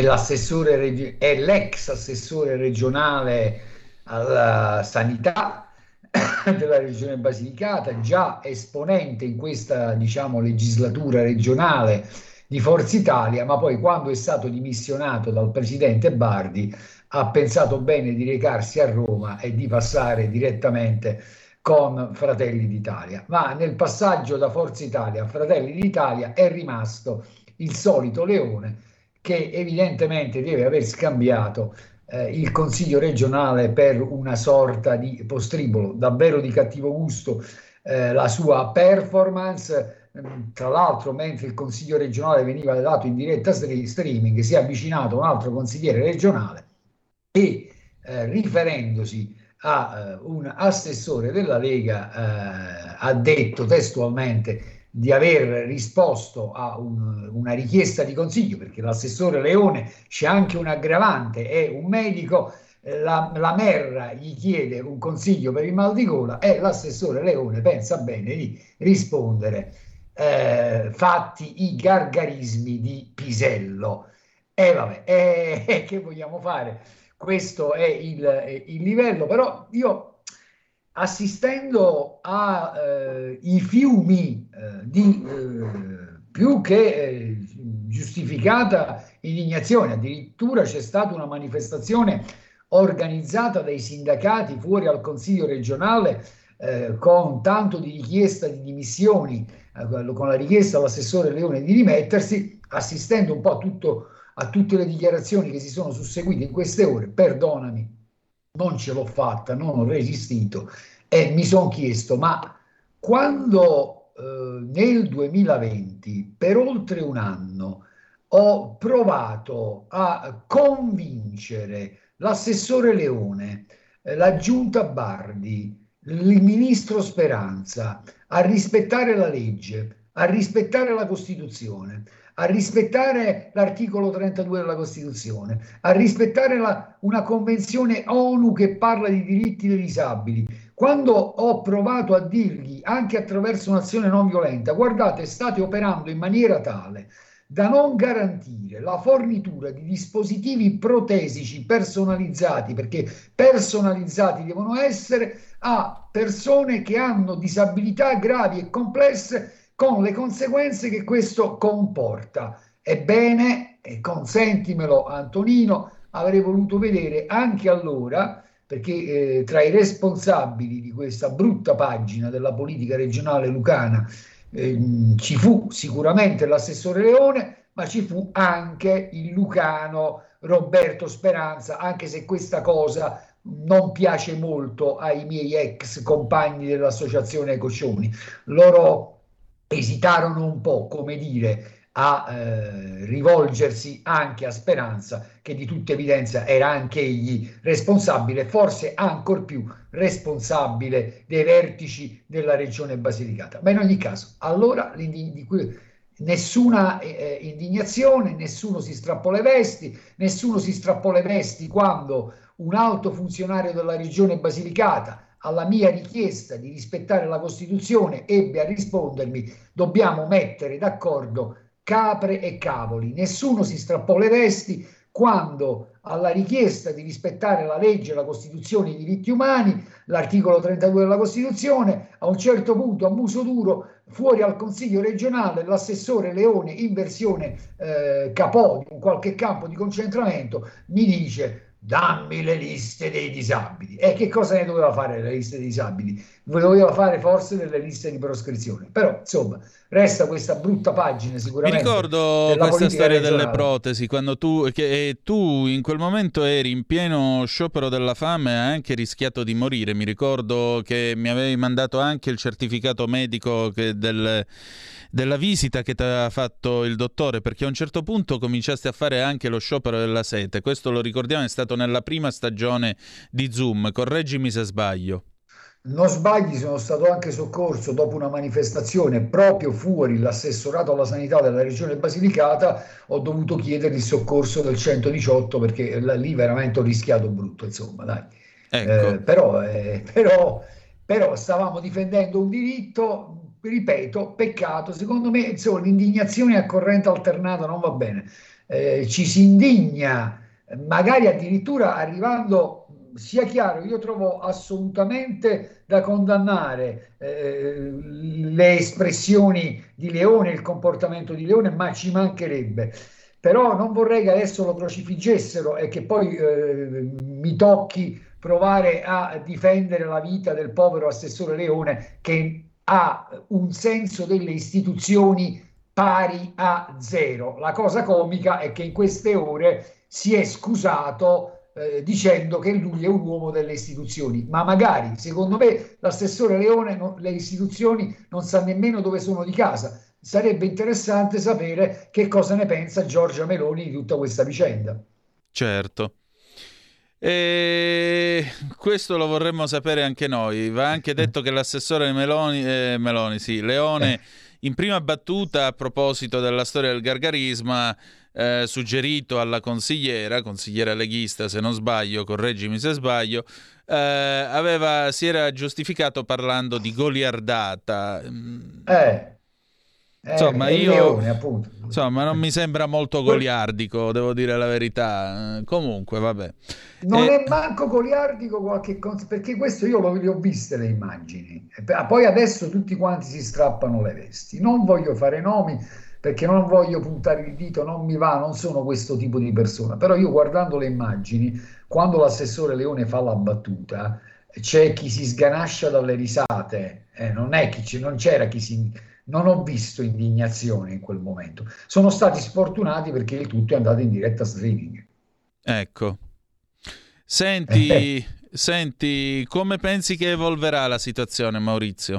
è l'ex assessore regionale alla sanità della regione Basilicata, già esponente in questa, diciamo, legislatura regionale di Forza Italia, ma poi quando è stato dimissionato dal presidente Bardi ha pensato bene di recarsi a Roma e di passare direttamente con Fratelli d'Italia. Ma nel passaggio da Forza Italia a Fratelli d'Italia è rimasto il solito Leone, che evidentemente deve aver scambiato il Consiglio regionale per una sorta di postribolo. Davvero di cattivo gusto la sua performance. Tra l'altro, mentre il Consiglio regionale veniva dato in diretta streaming, si è avvicinato un altro consigliere regionale e riferendosi a un assessore della Lega ha detto testualmente di aver risposto a una richiesta di consiglio, perché l'assessore Leone c'è anche un aggravante, è un medico, la Merra gli chiede un consiglio per il mal di gola e l'assessore Leone pensa bene di rispondere fatti i gargarismi di Pisello. Vabbè, che vogliamo fare? Questo è il livello, però io, assistendo ai fiumi di più che giustificata indignazione, addirittura c'è stata una manifestazione organizzata dai sindacati fuori al Consiglio regionale con tanto di richiesta di dimissioni, con la richiesta all'assessore Leone di dimettersi, assistendo un po' a tutte le dichiarazioni che si sono susseguite in queste ore. Perdonami, non ce l'ho fatta, non ho resistito e mi sono chiesto, ma quando nel 2020 per oltre un anno ho provato a convincere l'assessore Leone, la giunta Bardi, il ministro Speranza a rispettare la legge, a rispettare la Costituzione, a rispettare l'articolo 32 della Costituzione, a rispettare una convenzione ONU che parla di diritti dei disabili, quando ho provato a dirgli, anche attraverso un'azione non violenta, guardate, state operando in maniera tale da non garantire la fornitura di dispositivi protesici personalizzati, perché personalizzati devono essere, a persone che hanno disabilità gravi e complesse, con le conseguenze che questo comporta. Ebbene, e consentimelo Antonino, avrei voluto vedere anche allora, perché tra i responsabili di questa brutta pagina della politica regionale lucana ci fu sicuramente l'assessore Leone, ma ci fu anche il lucano Roberto Speranza, anche se questa cosa non piace molto ai miei ex compagni dell'associazione Coccioni. Loro esitarono un po', come dire, a rivolgersi anche a Speranza, che di tutta evidenza era anche egli responsabile, forse ancor più responsabile dei vertici della regione Basilicata. Ma in ogni caso, allora nessuna indignazione, nessuno si strappò le vesti quando un alto funzionario della regione Basilicata, alla mia richiesta di rispettare la Costituzione, ebbe a rispondermi: dobbiamo mettere d'accordo capre e cavoli. Nessuno si strappò le vesti, quando alla richiesta di rispettare la legge, la Costituzione e i diritti umani, l'articolo 32 della Costituzione, a un certo punto a muso duro, fuori al Consiglio regionale, l'assessore Leone in versione capò di un qualche campo di concentramento mi dice: dammi le liste dei disabili. E che cosa ne doveva fare le liste dei disabili? Doveva fare forse delle liste di proscrizione. Però, insomma, resta questa brutta pagina sicuramente. Mi ricordo questa storia delle protesi, quando tu in quel momento eri in pieno sciopero della fame e hai anche rischiato di morire. Mi ricordo che mi avevi mandato anche il certificato medico della visita che ti aveva fatto il dottore, perché a un certo punto cominciaste a fare anche lo sciopero della sete. Questo lo ricordiamo, è stato nella prima stagione di Zoom, correggimi se sbaglio. Non sbagli, sono stato anche soccorso dopo una manifestazione proprio fuori l'assessorato alla sanità della regione Basilicata. Ho dovuto chiedere il soccorso del 118 perché lì veramente ho rischiato brutto, insomma, dai. Ecco. Però stavamo difendendo un diritto. Ripeto, peccato, secondo me, insomma, l'indignazione a corrente alternata non va bene, ci si indigna, magari addirittura arrivando, sia chiaro, io trovo assolutamente da condannare le espressioni di Leone, il comportamento di Leone, ma ci mancherebbe. Però non vorrei che adesso lo crocifiggessero e che poi mi tocchi provare a difendere la vita del povero assessore Leone, che ha un senso delle istituzioni pari a zero. La cosa comica è che in queste ore si è scusato dicendo che lui è un uomo delle istituzioni, ma magari, secondo me, l'assessore Leone le istituzioni non sa nemmeno dove sono di casa. Sarebbe interessante sapere che cosa ne pensa Giorgia Meloni di tutta questa vicenda. Certo. E questo lo vorremmo sapere anche noi. Va anche detto che l'assessore Leone in prima battuta, a proposito della storia del gargarisma, suggerito alla consigliera leghista, se non sbaglio, correggimi se sbaglio, si era giustificato parlando di goliardata. Insomma, Leone, appunto. Insomma, non mi sembra molto goliardico, devo dire la verità. Comunque, vabbè. Non è manco goliardico qualche cosa, perché questo io le ho viste le immagini. Poi adesso tutti quanti si strappano le vesti. Non voglio fare nomi perché non voglio puntare il dito, non mi va, non sono questo tipo di persona. Però io guardando le immagini, quando l'assessore Leone fa la battuta, c'è chi si sganascia dalle risate. Non c'era chi si... Non ho visto indignazione in quel momento. Sono stati sfortunati perché il tutto è andato in diretta streaming. Ecco. Senti, come pensi che evolverà la situazione, Maurizio?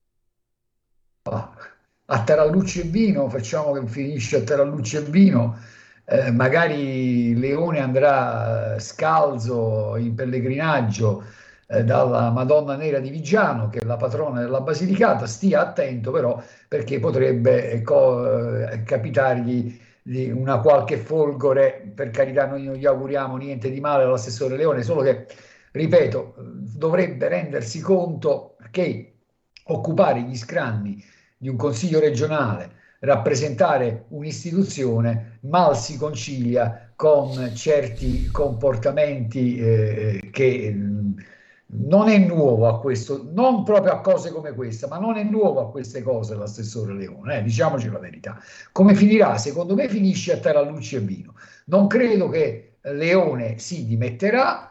A Tarallucci e Vino, facciamo che finisce a Tarallucci e Vino. Magari Leone andrà scalzo in pellegrinaggio dalla Madonna Nera di Viggiano, che è la patrona della Basilicata. Stia attento però, perché potrebbe capitargli di una qualche folgore. Per carità, noi non gli auguriamo niente di male all'assessore Leone, solo che, ripeto, dovrebbe rendersi conto che occupare gli scranni di un consiglio regionale, rappresentare un'istituzione, mal si concilia con certi comportamenti che non è nuovo a questo, non proprio a cose come questa, ma non è nuovo a queste cose l'assessore Leone, diciamoci la verità. Come finirà? Secondo me finisce a Tarallucci e Vino. Non credo che Leone si dimetterà,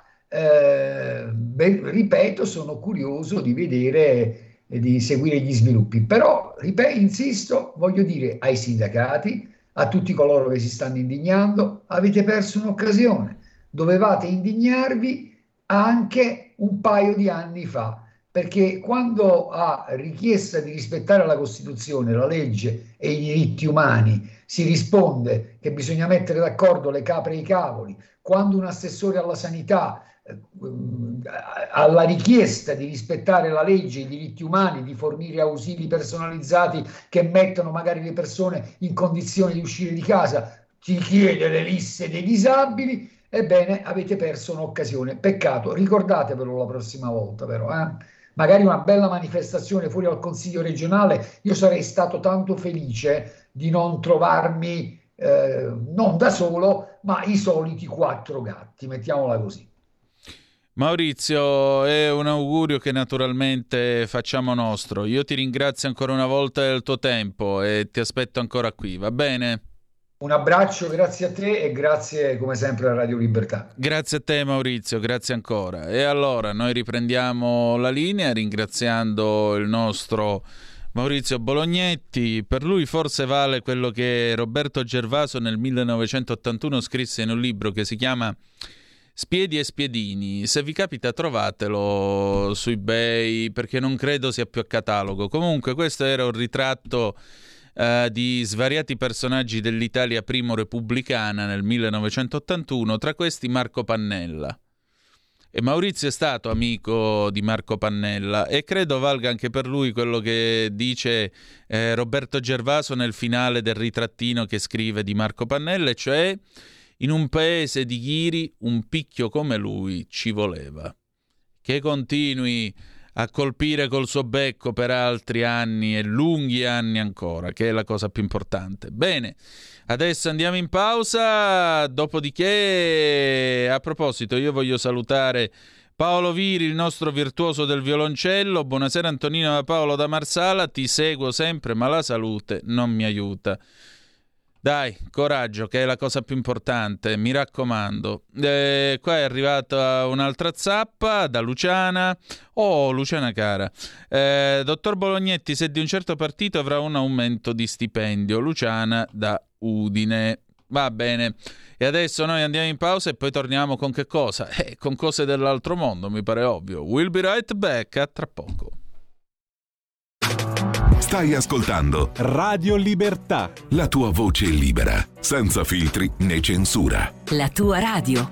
ripeto, sono curioso di vedere e di seguire gli sviluppi, però insisto, voglio dire ai sindacati, a tutti coloro che si stanno indignando: avete perso un'occasione, dovevate indignarvi anche un paio di anni fa, perché quando a richiesta di rispettare la Costituzione, la legge e i diritti umani si risponde che bisogna mettere d'accordo le capre e i cavoli, quando un assessore alla sanità alla richiesta di rispettare la legge e i diritti umani, di fornire ausili personalizzati che mettono magari le persone in condizione di uscire di casa, ti chiede le liste dei disabili, ebbene avete perso un'occasione. Peccato, ricordatevelo la prossima volta però, magari una bella manifestazione fuori al Consiglio regionale. Io sarei stato tanto felice di non trovarmi non da solo, ma i soliti 4 gatti, mettiamola così. Maurizio, è un augurio che naturalmente facciamo nostro. Io ti ringrazio ancora una volta del tuo tempo e ti aspetto ancora qui, va bene? Un abbraccio, grazie a te e grazie come sempre a Radio Libertà. Grazie a te Maurizio, grazie ancora. E allora noi riprendiamo la linea ringraziando il nostro Maurizio Bolognetti. Per lui forse vale quello che Roberto Gervaso nel 1981 scrisse in un libro che si chiama Spiedi e Spiedini. Se vi capita trovatelo su eBay, perché non credo sia più a catalogo. Comunque questo era un ritratto di svariati personaggi dell'Italia primo repubblicana nel 1981, tra questi Marco Pannella. E Maurizio è stato amico di Marco Pannella e credo valga anche per lui quello che dice Roberto Gervaso nel finale del ritrattino che scrive di Marco Pannella, e cioè: in un paese di ghiri un picchio come lui ci voleva. Che continui a colpire col suo becco per altri anni e lunghi anni ancora, che è la cosa più importante. Bene, adesso andiamo in pausa, dopodiché, a proposito, io voglio salutare Paolo Viri, il nostro virtuoso del violoncello. Buonasera Antonino da Paolo da Marsala, ti seguo sempre, ma la salute non mi aiuta. Dai, coraggio, che è la cosa più importante, mi raccomando. Qua è arrivata un'altra zappa da Luciana. Oh, Luciana cara. Dottor Bolognetti, se di un certo partito avrà un aumento di stipendio. Luciana da Udine. Va bene. E adesso noi andiamo in pausa e poi torniamo con che cosa? Con cose dell'altro mondo, mi pare ovvio. We'll be right back, a tra poco. Stai ascoltando Radio Libertà, la tua voce libera, senza filtri né censura. La tua radio.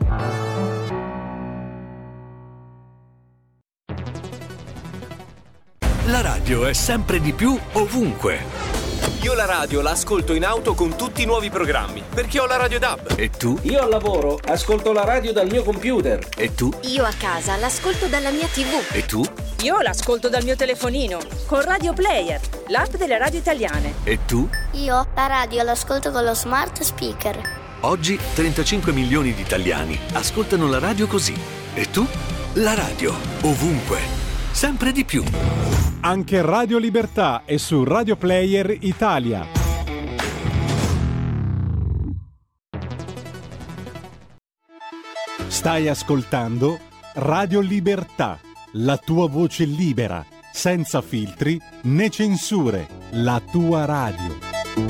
La radio è sempre di più ovunque. Io la radio la ascolto in auto con tutti i nuovi programmi, perché ho la radio DAB. E tu? Io al lavoro ascolto la radio dal mio computer. E tu? Io a casa l'ascolto dalla mia TV. E tu? Io l'ascolto dal mio telefonino, con Radio Player, l'app delle radio italiane. E tu? Io la radio l'ascolto con lo smart speaker. Oggi 35 milioni di italiani ascoltano la radio così. E tu? La radio, ovunque, sempre di più. Anche Radio Libertà è su Radio Player Italia. Stai ascoltando Radio Libertà, la tua voce libera, senza filtri né censure, la tua radio.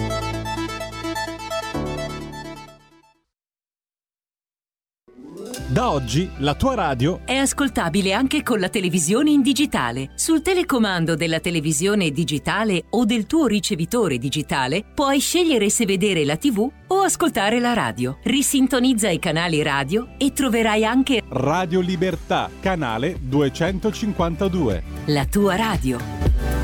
Da oggi la tua radio è ascoltabile anche con la televisione in digitale. Sul telecomando della televisione digitale o del tuo ricevitore digitale puoi scegliere se vedere la TV o ascoltare la radio. Risintonizza i canali radio e troverai anche Radio Libertà, canale 252. La tua radio.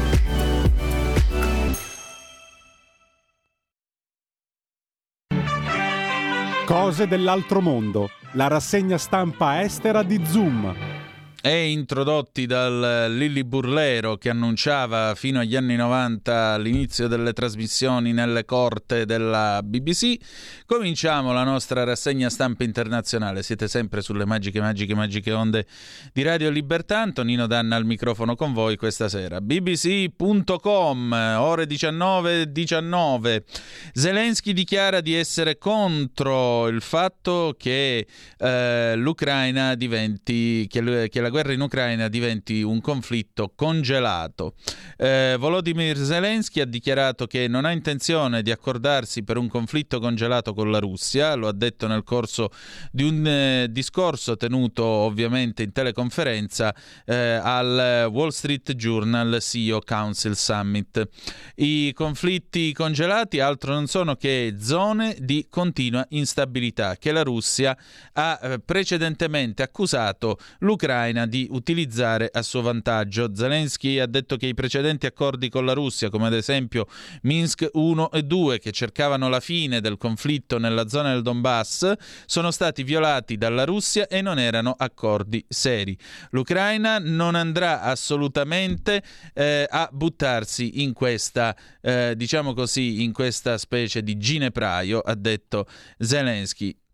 Cose dell'altro mondo, la rassegna stampa estera di Zoom. E introdotti dal Lilli Burlero, che annunciava fino agli anni 90 l'inizio delle trasmissioni nelle corte della BBC, cominciamo la nostra rassegna stampa internazionale. Siete sempre sulle magiche onde di Radio Libertà. Antonino Danna al microfono con voi questa sera. BBC.com, ore 19:19. Zelensky dichiara di essere contro il fatto che l'Ucraina diventi, che la guerra in Ucraina diventi un conflitto congelato. Volodymyr Zelensky ha dichiarato che non ha intenzione di accordarsi per un conflitto congelato con la Russia. Lo ha detto nel corso di un discorso tenuto ovviamente in teleconferenza al Wall Street Journal CEO Council Summit. I conflitti congelati altro non sono che zone di continua instabilità che la Russia ha precedentemente accusato l'Ucraina di utilizzare a suo vantaggio. Zelensky ha detto che i precedenti accordi con la Russia, come ad esempio Minsk 1 e 2, che cercavano la fine del conflitto nella zona del Donbass, sono stati violati dalla Russia e non erano accordi seri. L'Ucraina non andrà assolutamente a buttarsi in questa, diciamo così, in questa specie di ginepraio, ha detto Zelensky.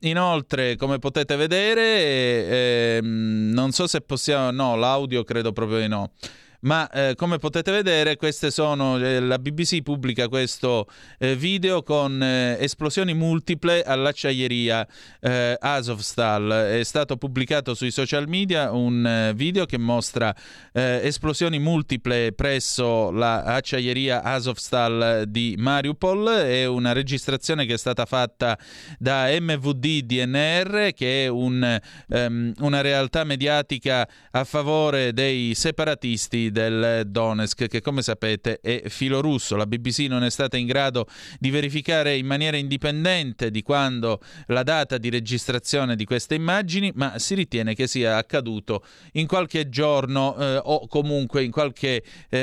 Inoltre, come potete vedere, non so se possiamo... No, l'audio credo proprio di no. Ma come potete vedere, queste sono la BBC pubblica questo video con esplosioni multiple all'acciaieria Azovstal. È stato pubblicato sui social media un video che mostra esplosioni multiple presso l'acciaieria Azovstal di Mariupol. È una registrazione che è stata fatta da MVD DNR, che è una realtà mediatica a favore dei separatisti del Donetsk, che come sapete è filorusso. La BBC non è stata in grado di verificare in maniera indipendente di quando la data di registrazione di queste immagini, ma si ritiene che sia accaduto in qualche giorno o comunque in qualche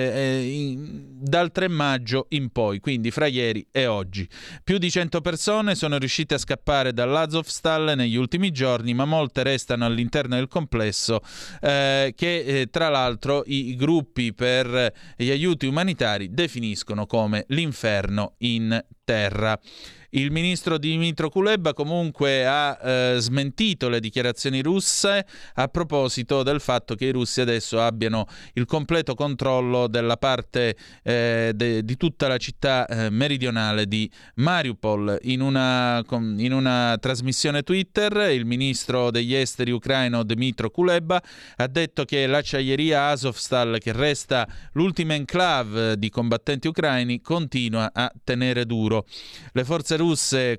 dal 3 maggio in poi, quindi fra ieri e oggi. Più di 100 persone sono riuscite a scappare dall'Azovstal negli ultimi giorni, ma molte restano all'interno del complesso che tra l'altro i gruppi per gli aiuti umanitari definiscono come l'inferno in terra. Il ministro Dmytro Kuleba comunque ha smentito le dichiarazioni russe a proposito del fatto che i russi adesso abbiano il completo controllo della parte di tutta la città meridionale di Mariupol. In una trasmissione Twitter il ministro degli esteri ucraino Dmytro Kuleba ha detto che l'acciaieria Azovstal, che resta l'ultima enclave di combattenti ucraini, continua a tenere duro. Le forze russe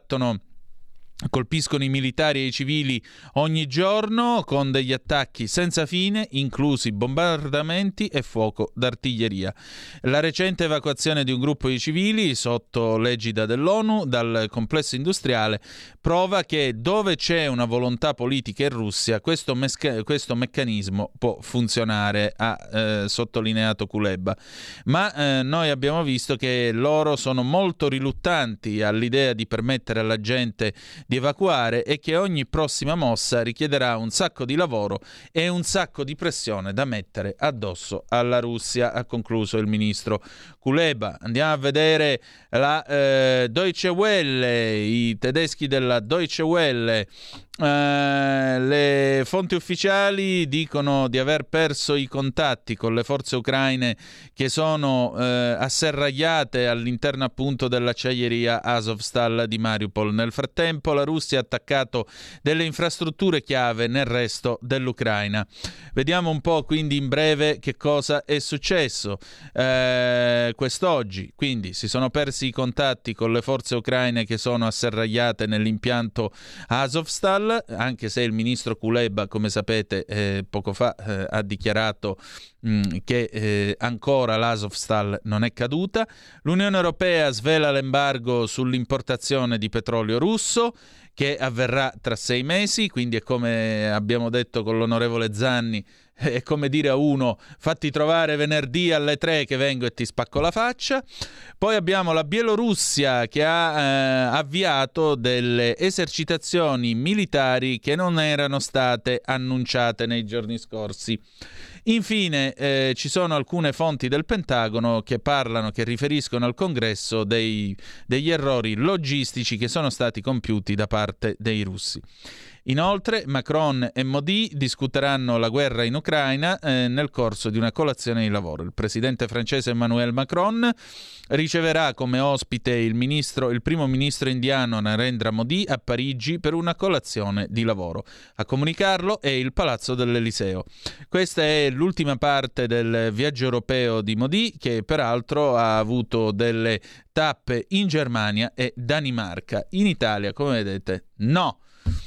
colpiscono i militari e i civili ogni giorno con degli attacchi senza fine, inclusi bombardamenti e fuoco d'artiglieria. La recente evacuazione di un gruppo di civili sotto l'egida dell'ONU dal complesso industriale prova che dove c'è una volontà politica in Russia questo meccanismo può funzionare, ha sottolineato Kuleba. Ma noi abbiamo visto che loro sono molto riluttanti all'idea di permettere alla gente di evacuare e che ogni prossima mossa richiederà un sacco di lavoro e un sacco di pressione da mettere addosso alla Russia, ha concluso il ministro Kuleba. Andiamo a vedere la Deutsche Welle, i tedeschi della Deutsche Welle. Le fonti ufficiali dicono di aver perso i contatti con le forze ucraine che sono asserragliate all'interno appunto dell'acciaieria Azovstal di Mariupol. Nel frattempo la Russia ha attaccato delle infrastrutture chiave nel resto dell'Ucraina. Vediamo un po' quindi in breve che cosa è successo quest'oggi. Quindi si sono persi i contatti con le forze ucraine che sono asserragliate nell'impianto Azovstal, anche se il ministro Kuleba, come sapete, poco fa ha dichiarato che ancora l'Azovstal non è caduta. L'Unione Europea svela l'embargo sull'importazione di petrolio russo, che avverrà tra 6 mesi, quindi è come abbiamo detto con l'onorevole Zanni, è come dire a uno: fatti trovare venerdì alle 3 che vengo e ti spacco la faccia. Poi abbiamo la Bielorussia che ha avviato delle esercitazioni militari che non erano state annunciate nei giorni scorsi. Infine ci sono alcune fonti del Pentagono che riferiscono al Congresso degli errori logistici che sono stati compiuti da parte dei russi. Inoltre Macron e Modi discuteranno la guerra in Ucraina nel corso di una colazione di lavoro. Il presidente francese Emmanuel Macron riceverà come ospite il primo ministro indiano Narendra Modi a Parigi per una colazione di lavoro. A comunicarlo è il Palazzo dell'Eliseo. Questa è l'ultima parte del viaggio europeo di Modi, che peraltro ha avuto delle tappe in Germania e Danimarca. In Italia, come vedete, no.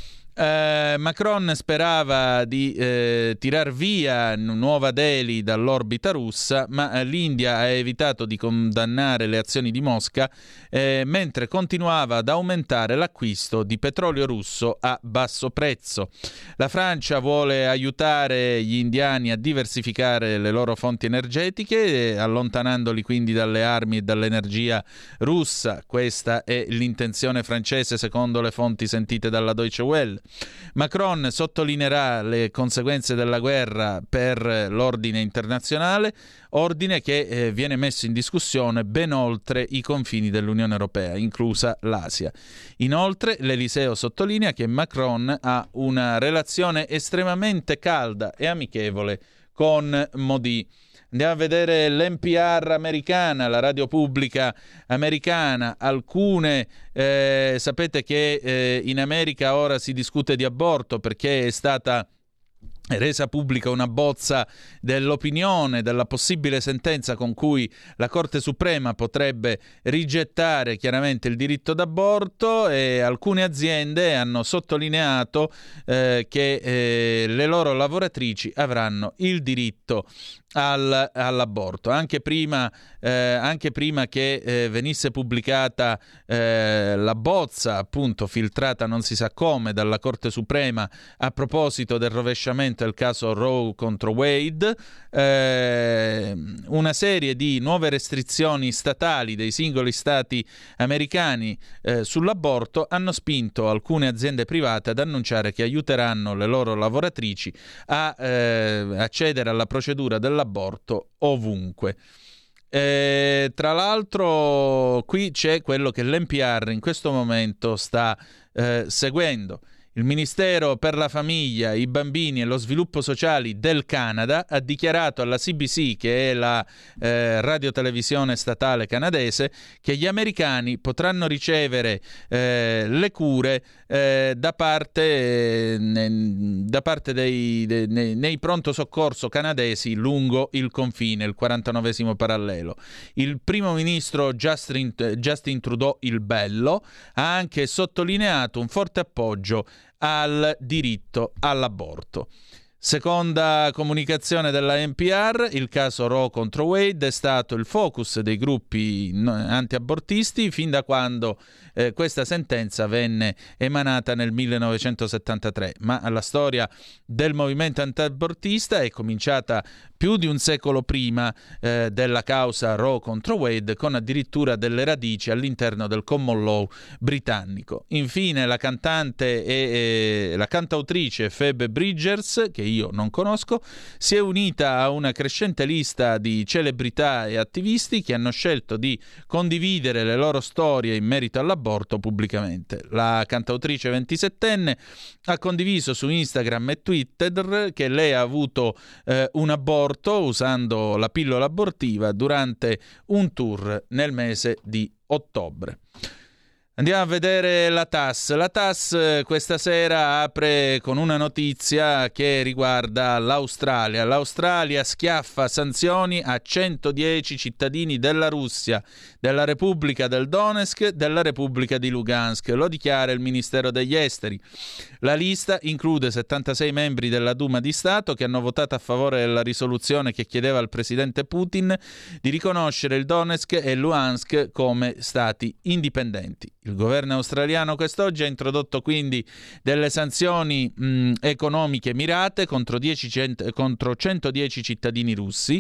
Macron sperava di tirar via Nuova Delhi dall'orbita russa, ma l'India ha evitato di condannare le azioni di Mosca mentre continuava ad aumentare l'acquisto di petrolio russo a basso prezzo. La Francia vuole aiutare gli indiani a diversificare le loro fonti energetiche, allontanandoli quindi dalle armi e dall'energia russa. Questa è l'intenzione francese secondo le fonti sentite dalla Deutsche Welle. Macron sottolineerà le conseguenze della guerra per l'ordine internazionale, ordine che viene messo in discussione ben oltre i confini dell'Unione Europea, inclusa l'Asia. Inoltre l'Eliseo sottolinea che Macron ha una relazione estremamente calda e amichevole con Modi. Andiamo a vedere l'NPR americana, la radio pubblica americana. Sapete che in America ora si discute di aborto perché è stata resa pubblica una bozza dell'opinione della possibile sentenza con cui la Corte Suprema potrebbe rigettare chiaramente il diritto d'aborto, e alcune aziende hanno sottolineato che le loro lavoratrici avranno il diritto all'aborto. Anche prima che venisse pubblicata la bozza, appunto filtrata non si sa come dalla Corte Suprema a proposito del rovesciamento del caso Roe contro Wade, una serie di nuove restrizioni statali dei singoli stati americani sull'aborto hanno spinto alcune aziende private ad annunciare che aiuteranno le loro lavoratrici a accedere alla procedura dell'aborto ovunque. Tra l'altro qui c'è quello che l'NPR in questo momento sta seguendo. Il Ministero per la Famiglia, i Bambini e lo Sviluppo Sociale del Canada ha dichiarato alla CBC, che è la radiotelevisione statale canadese, che gli americani potranno ricevere le cure da parte nei pronto soccorso canadesi lungo il confine, il 49esimo parallelo. Il primo ministro Justin Trudeau il Bello ha anche sottolineato un forte appoggio al diritto all'aborto. Seconda comunicazione della NPR, il caso Roe contro Wade è stato il focus dei gruppi antiabortisti fin da quando questa sentenza venne emanata nel 1973, ma la storia del movimento antiabortista è cominciata più di un secolo prima della causa Roe contro Wade, con addirittura delle radici all'interno del common law britannico. Infine la cantante e la cantautrice Phoebe Bridgers, che io non conosco, si è unita a una crescente lista di celebrità e attivisti che hanno scelto di condividere le loro storie in merito all'aborto pubblicamente. La cantautrice 27enne ha condiviso su Instagram e Twitter che lei ha avuto un aborto usando la pillola abortiva durante un tour nel mese di ottobre. Andiamo a vedere la TASS. La TASS questa sera apre con una notizia che riguarda l'Australia. L'Australia schiaffa sanzioni a 110 cittadini della Russia, della Repubblica del Donetsk, della Repubblica di Lugansk. Lo dichiara il Ministero degli Esteri. La lista include 76 membri della Duma di Stato che hanno votato a favore della risoluzione che chiedeva al presidente Putin di riconoscere il Donetsk e Luhansk come stati indipendenti. Il governo australiano quest'oggi ha introdotto quindi delle sanzioni economiche mirate contro 110 cittadini russi.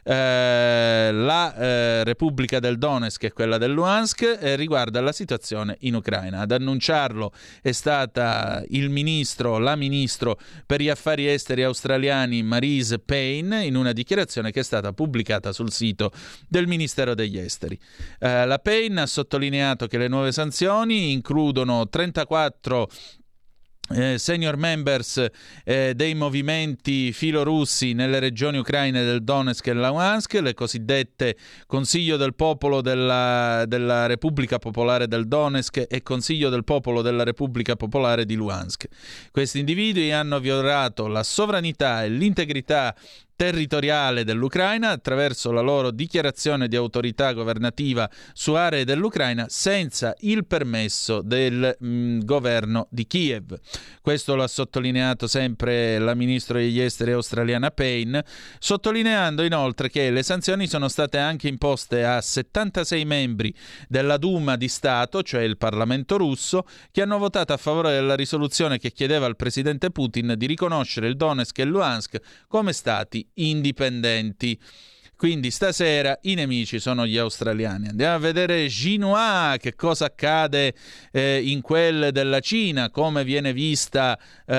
La Repubblica del Donetsk e quella del Luhansk riguarda la situazione in Ucraina. Ad annunciarlo è stata la ministro per gli affari esteri australiani Marise Payne in una dichiarazione che è stata pubblicata sul sito del Ministero degli Esteri. La Payne ha sottolineato che le nuove sanzioni includono 34 senior members dei movimenti filorussi nelle regioni ucraine del Donetsk e Luhansk, le cosiddette Consiglio del Popolo della Repubblica Popolare del Donetsk e Consiglio del Popolo della Repubblica Popolare di Luhansk. Questi individui hanno violato la sovranità e l'integrità territoriale dell'Ucraina attraverso la loro dichiarazione di autorità governativa su aree dell'Ucraina senza il permesso del governo di Kiev. Questo lo ha sottolineato sempre la ministro degli esteri australiana Payne, sottolineando inoltre che le sanzioni sono state anche imposte a 76 membri della Duma di Stato, cioè il Parlamento russo, che hanno votato a favore della risoluzione che chiedeva al presidente Putin di riconoscere il Donetsk e il Luhansk come stati indipendenti. Quindi stasera i nemici sono gli australiani. Andiamo a vedere Xinhua, che cosa accade in quel della Cina, come viene vista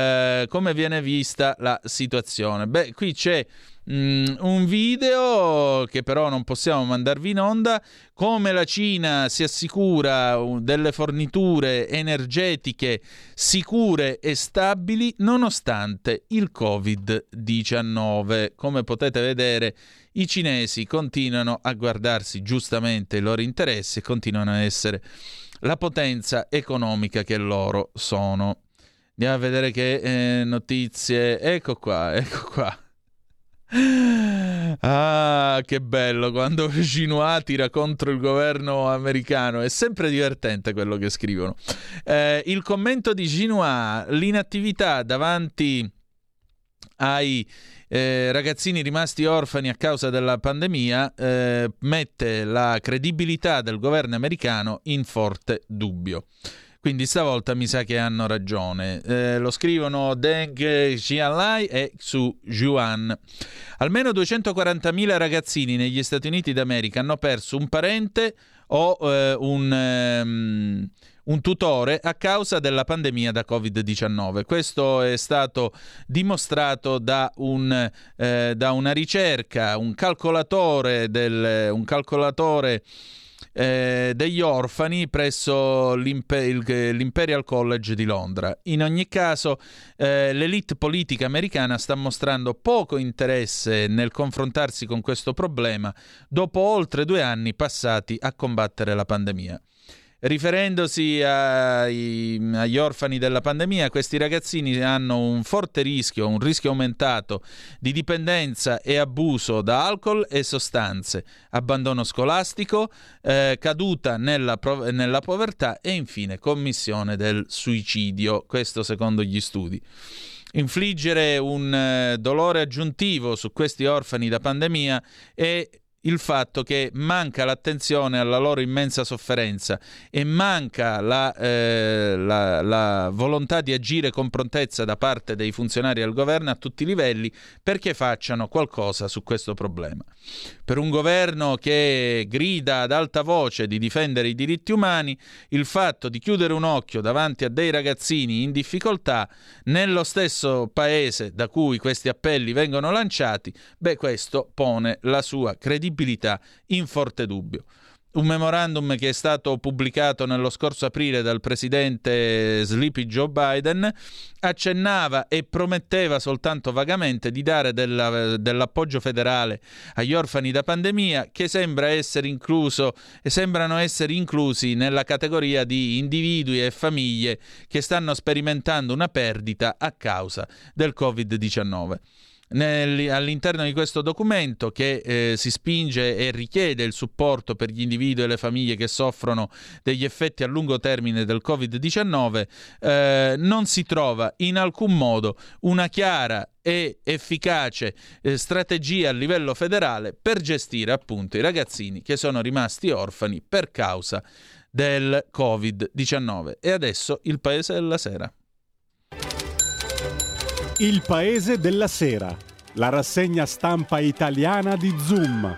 la situazione. Beh, qui c'è un video che però non possiamo mandarvi in onda, come la Cina si assicura delle forniture energetiche sicure e stabili nonostante il Covid-19. Come potete vedere, i cinesi continuano a guardarsi giustamente i loro interessi e continuano a essere la potenza economica che loro sono. Andiamo a vedere che notizie. Ecco qua. Ah, che bello quando Xinhua tira contro il governo americano. È sempre divertente quello che scrivono. Il commento di Xinhua: l'inattività davanti ai ragazzini rimasti orfani a causa della pandemia mette la credibilità del governo americano in forte dubbio. Quindi stavolta mi sa che hanno ragione. Lo scrivono Deng Xiaolai e Xu Zhuan. Almeno 240.000 ragazzini negli Stati Uniti d'America hanno perso un parente o un tutore a causa della pandemia da Covid-19. Questo è stato dimostrato da una ricerca, un calcolatore degli orfani presso l'Imperial College di Londra. In ogni caso, l'elite politica americana sta mostrando poco interesse nel confrontarsi con questo problema dopo oltre 2 anni passati a combattere la pandemia. Riferendosi agli orfani della pandemia, questi ragazzini hanno un forte rischio, un rischio aumentato di dipendenza e abuso da alcol e sostanze, abbandono scolastico, caduta nella povertà e infine commissione del suicidio, questo secondo gli studi. Infliggere un dolore aggiuntivo su questi orfani da pandemia è il fatto che manca l'attenzione alla loro immensa sofferenza e manca la volontà di agire con prontezza da parte dei funzionari del governo a tutti i livelli perché facciano qualcosa su questo problema. Per un governo che grida ad alta voce di difendere i diritti umani, il fatto di chiudere un occhio davanti a dei ragazzini in difficoltà nello stesso paese da cui questi appelli vengono lanciati, questo pone la sua credibilità in forte dubbio. Un memorandum che è stato pubblicato nello scorso aprile dal presidente Sleepy Joe Biden accennava e prometteva soltanto vagamente di dare dell'appoggio federale agli orfani da pandemia, che sembrano essere inclusi nella categoria di individui e famiglie che stanno sperimentando una perdita a causa del Covid-19. All'interno di questo documento, che si spinge e richiede il supporto per gli individui e le famiglie che soffrono degli effetti a lungo termine del Covid-19, non si trova in alcun modo una chiara e efficace strategia a livello federale per gestire appunto i ragazzini che sono rimasti orfani per causa del Covid-19. E adesso il Paese della Sera. Il Paese della Sera, la rassegna stampa italiana di Zoom.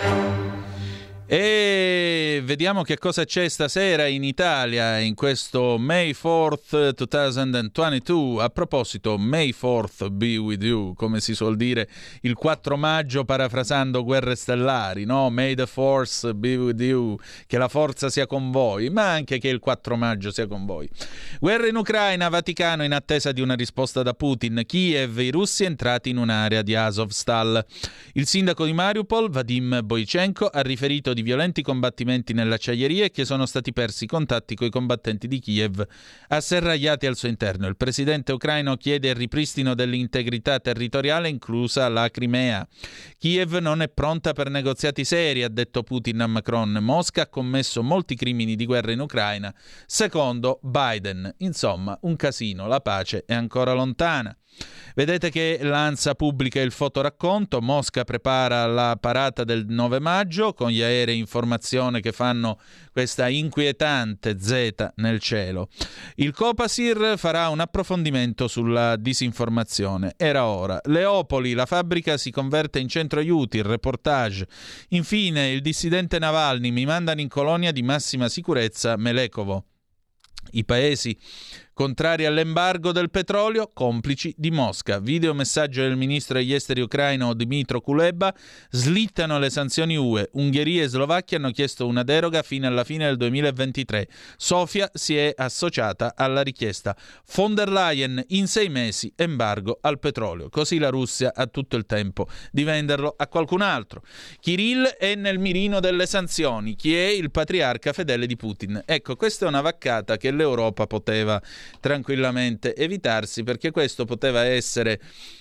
E vediamo che cosa c'è stasera in Italia in questo May 4th 2022. A proposito, May 4th be with you, come si suol dire il 4 maggio parafrasando Guerre Stellari, no? May the force be with you, che la forza sia con voi, ma anche che il 4 maggio sia con voi. Guerra in Ucraina, Vaticano in attesa di una risposta da Putin, Kiev, i russi entrati in un'area di Azovstal. Il sindaco di Mariupol, Vadim Boichenko, ha riferito di violenti combattimenti nell'acciaieria e che sono stati persi i contatti coi combattenti di Kiev asserragliati al suo interno. Il presidente ucraino chiede il ripristino dell'integrità territoriale, inclusa la Crimea. Kiev non è pronta per negoziati seri, ha detto Putin a Macron. Mosca ha commesso molti crimini di guerra in Ucraina, secondo Biden. Insomma, un casino, la pace è ancora lontana. Vedete che l'ANSA pubblica il fotoracconto, Mosca prepara la parata del 9 maggio con gli aerei in formazione che fanno questa inquietante Z nel cielo. Il Copasir farà un approfondimento sulla disinformazione. Era ora. Leopoli, la fabbrica si converte in centro aiuti, il reportage. Infine, il dissidente Navalny, mi mandano in colonia di massima sicurezza Melekovo. I paesi contrari all'embargo del petrolio, complici di Mosca. Videomessaggio del ministro degli esteri ucraino Dmytro Kuleba, slittano le sanzioni UE. Ungheria e Slovacchia hanno chiesto una deroga fino alla fine del 2023. Sofia si è associata alla richiesta. Von der Leyen, in 6 mesi embargo al petrolio. Così la Russia ha tutto il tempo di venderlo a qualcun altro. Kirill è nel mirino delle sanzioni. Chi è il patriarca fedele di Putin? Ecco, questa è una vaccata che l'Europa poteva tranquillamente evitarsi, perché questo poteva essere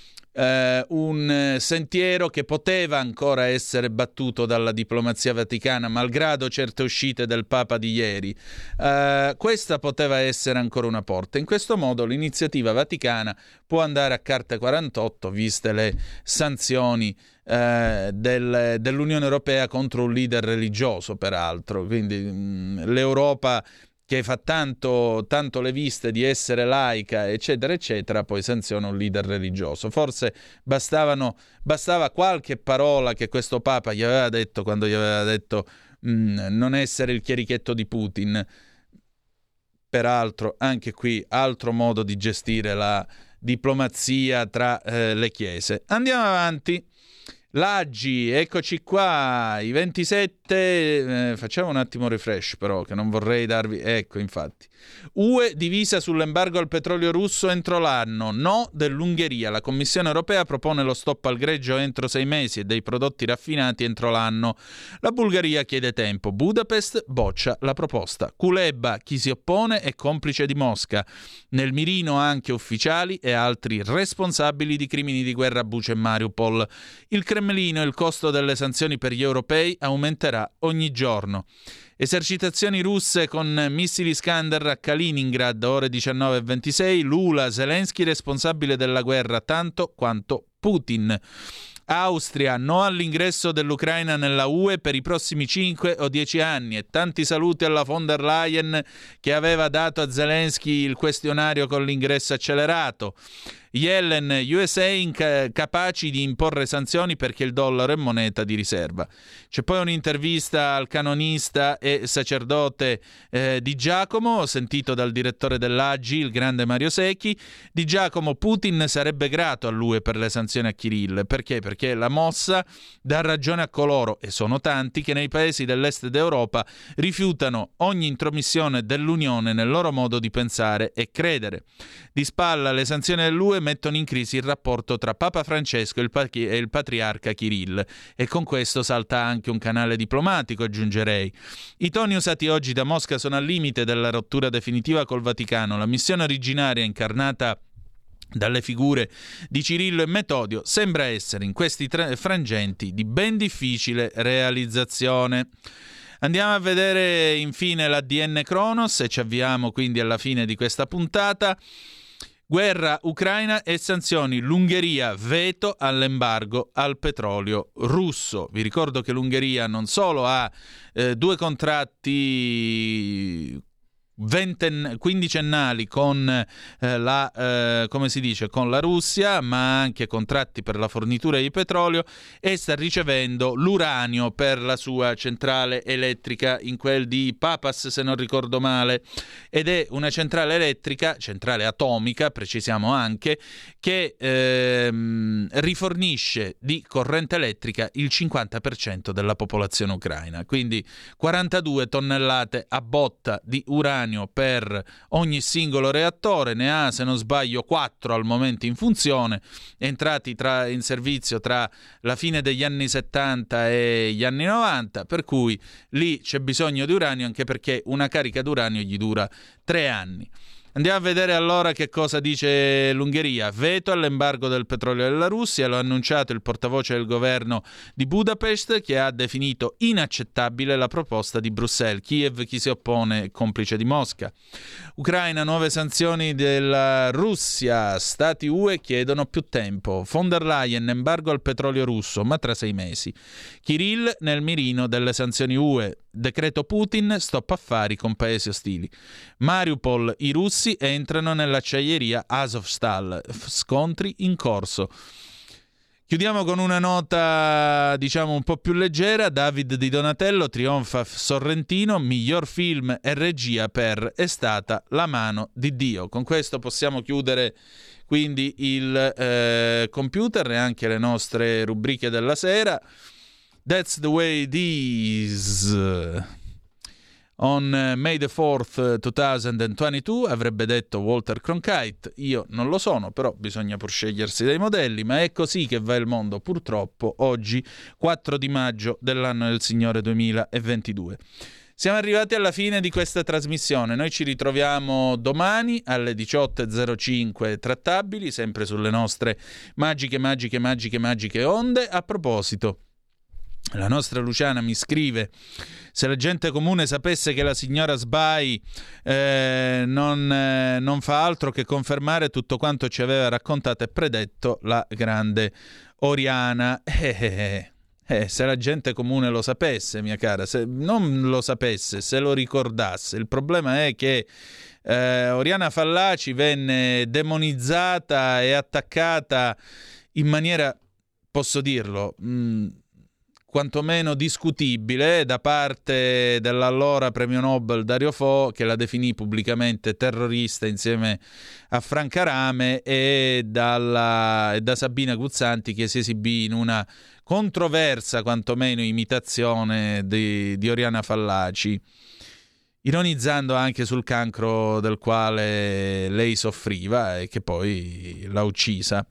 un sentiero che poteva ancora essere battuto dalla diplomazia vaticana, malgrado certe uscite del Papa di ieri. Questa poteva essere ancora una porta. In questo modo l'iniziativa vaticana può andare a carte 48, viste le sanzioni dell'Unione Europea contro un leader religioso, peraltro. Quindi l'Europa, che fa tanto le viste di essere laica, eccetera, eccetera, poi sanziona un leader religioso. Forse bastava qualche parola che questo Papa gli aveva detto quando gli aveva detto non essere il chierichetto di Putin. Peraltro, anche qui, altro modo di gestire la diplomazia tra le chiese. Andiamo avanti. L'Aggi, eccoci qua, i 27, facciamo un attimo refresh però, che non vorrei darvi, ecco infatti. UE divisa sull'embargo al petrolio russo entro l'anno, no dell'Ungheria. La Commissione europea propone lo stop al greggio entro 6 mesi e dei prodotti raffinati entro l'anno. La Bulgaria chiede tempo, Budapest boccia la proposta. Kuleba, chi si oppone è complice di Mosca. Nel mirino anche ufficiali e altri responsabili di crimini di guerra a Bucha e Mariupol. Il Cremlino, il costo delle sanzioni per gli europei aumenterà ogni giorno. Esercitazioni russe con missili Iskander a Kaliningrad, ore 19:26. Lula, Zelensky responsabile della guerra tanto quanto Putin. Austria, no all'ingresso dell'Ucraina nella UE per i prossimi 5 o 10 anni. E tanti saluti alla von der Leyen che aveva dato a Zelensky il questionario con l'ingresso accelerato. Yellen, USA capaci di imporre sanzioni perché il dollaro è moneta di riserva. C'è poi un'intervista al canonista e sacerdote Di Giacomo, sentito dal direttore dell'Aggi, il grande Mario Secchi. Di Giacomo: Putin sarebbe grato all'UE per le sanzioni a Kirill. Perché? Perché la mossa dà ragione a coloro, e sono tanti, che nei paesi dell'est d'Europa rifiutano ogni intromissione dell'Unione nel loro modo di pensare e credere. Di spalla le sanzioni dell'UE mettono in crisi il rapporto tra Papa Francesco e il patriarca Kirill, e con questo salta anche un canale diplomatico, aggiungerei. I toni usati oggi da Mosca sono al limite della rottura definitiva col Vaticano. La missione originaria, incarnata dalle figure di Cirillo e Metodio, sembra essere in questi frangenti di ben difficile realizzazione. Andiamo a vedere infine l'ADN Kronos e ci avviamo quindi alla fine di questa puntata. Guerra ucraina e sanzioni. L'Ungheria, veto all'embargo al petrolio russo. Vi ricordo che l'Ungheria non solo ha 2 contratti quindicennali con con la Russia, ma anche contratti per la fornitura di petrolio, e sta ricevendo l'uranio per la sua centrale elettrica, in quel di Papas se non ricordo male, ed è una centrale elettrica, centrale atomica precisiamo anche, che rifornisce di corrente elettrica il 50% della popolazione ucraina, quindi 42 tonnellate a botta di uranio per ogni singolo reattore. Ne ha, se non sbaglio, 4 al momento in funzione, entrati in servizio tra la fine degli anni 70 e gli anni 90, per cui lì c'è bisogno di uranio, anche perché una carica d'uranio gli dura 3 anni. Andiamo a vedere allora che cosa dice l'Ungheria. Veto all'embargo del petrolio della Russia, lo ha annunciato il portavoce del governo di Budapest, che ha definito inaccettabile la proposta di Bruxelles. Kiev chi si oppone, complice di Mosca. Ucraina, nuove sanzioni della Russia. Stati UE chiedono più tempo. Von der Leyen, embargo al petrolio russo, ma tra 6 mesi. Kirill nel mirino delle sanzioni UE. Decreto Putin, stop affari con paesi ostili. Mariupol, i russi entrano nell'acciaieria Azovstal, scontri in corso. Chiudiamo con una nota, diciamo, un po' più leggera. David Di Donatello, trionfa Sorrentino, miglior film e regia per È stata la mano di Dio. Con questo possiamo chiudere quindi il computer e anche le nostre rubriche della sera. That's the way it is. On May the 4th 2022 avrebbe detto Walter Cronkite. Io non lo sono, però bisogna pur scegliersi dei modelli, ma è così che va il mondo purtroppo oggi 4 di maggio dell'anno del Signore 2022. Siamo arrivati alla fine di questa trasmissione. Noi ci ritroviamo domani alle 18.05 trattabili, sempre sulle nostre magiche onde. A proposito, la nostra Luciana mi scrive: se la gente comune sapesse che la signora Sbai non fa altro che confermare tutto quanto ci aveva raccontato e predetto la grande Oriana. Se la gente comune lo sapesse, mia cara, se non lo sapesse, se lo ricordasse. Il problema è che Oriana Fallaci venne demonizzata e attaccata in maniera, posso dirlo, quantomeno discutibile da parte dell'allora premio Nobel Dario Fo, che la definì pubblicamente terrorista insieme a Franca Rame, e da Sabina Guzzanti, che si esibì in una controversa quantomeno imitazione di Oriana Fallaci, ironizzando anche sul cancro del quale lei soffriva e che poi l'ha uccisa.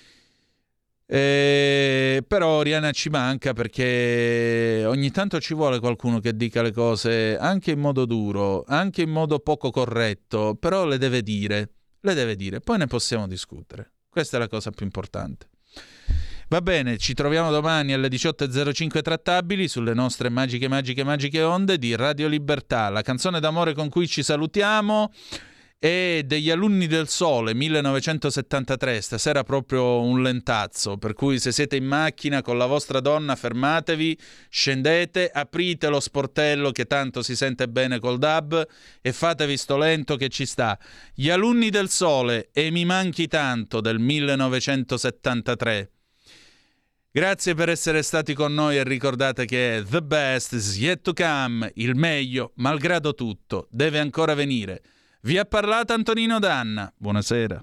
Però Oriana ci manca, perché ogni tanto ci vuole qualcuno che dica le cose anche in modo duro, anche in modo poco corretto, però le deve dire, poi ne possiamo discutere. Questa è la cosa più importante. Va bene, ci troviamo domani alle 18.05 trattabili sulle nostre magiche onde di Radio Libertà. La canzone d'amore con cui ci salutiamo è degli Alunni del Sole, 1973, stasera proprio un lentazzo, per cui se siete in macchina con la vostra donna fermatevi, scendete, aprite lo sportello che tanto si sente bene col DAB e fatevi sto lento che ci sta. Gli Alunni del Sole e Mi manchi tanto del 1973. Grazie per essere stati con noi e ricordate che the best is yet to come, il meglio, malgrado tutto, deve ancora venire. Vi ha parlato Antonino Danna. Buonasera.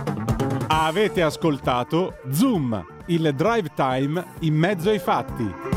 Avete ascoltato Zoom, il drive time in mezzo ai fatti.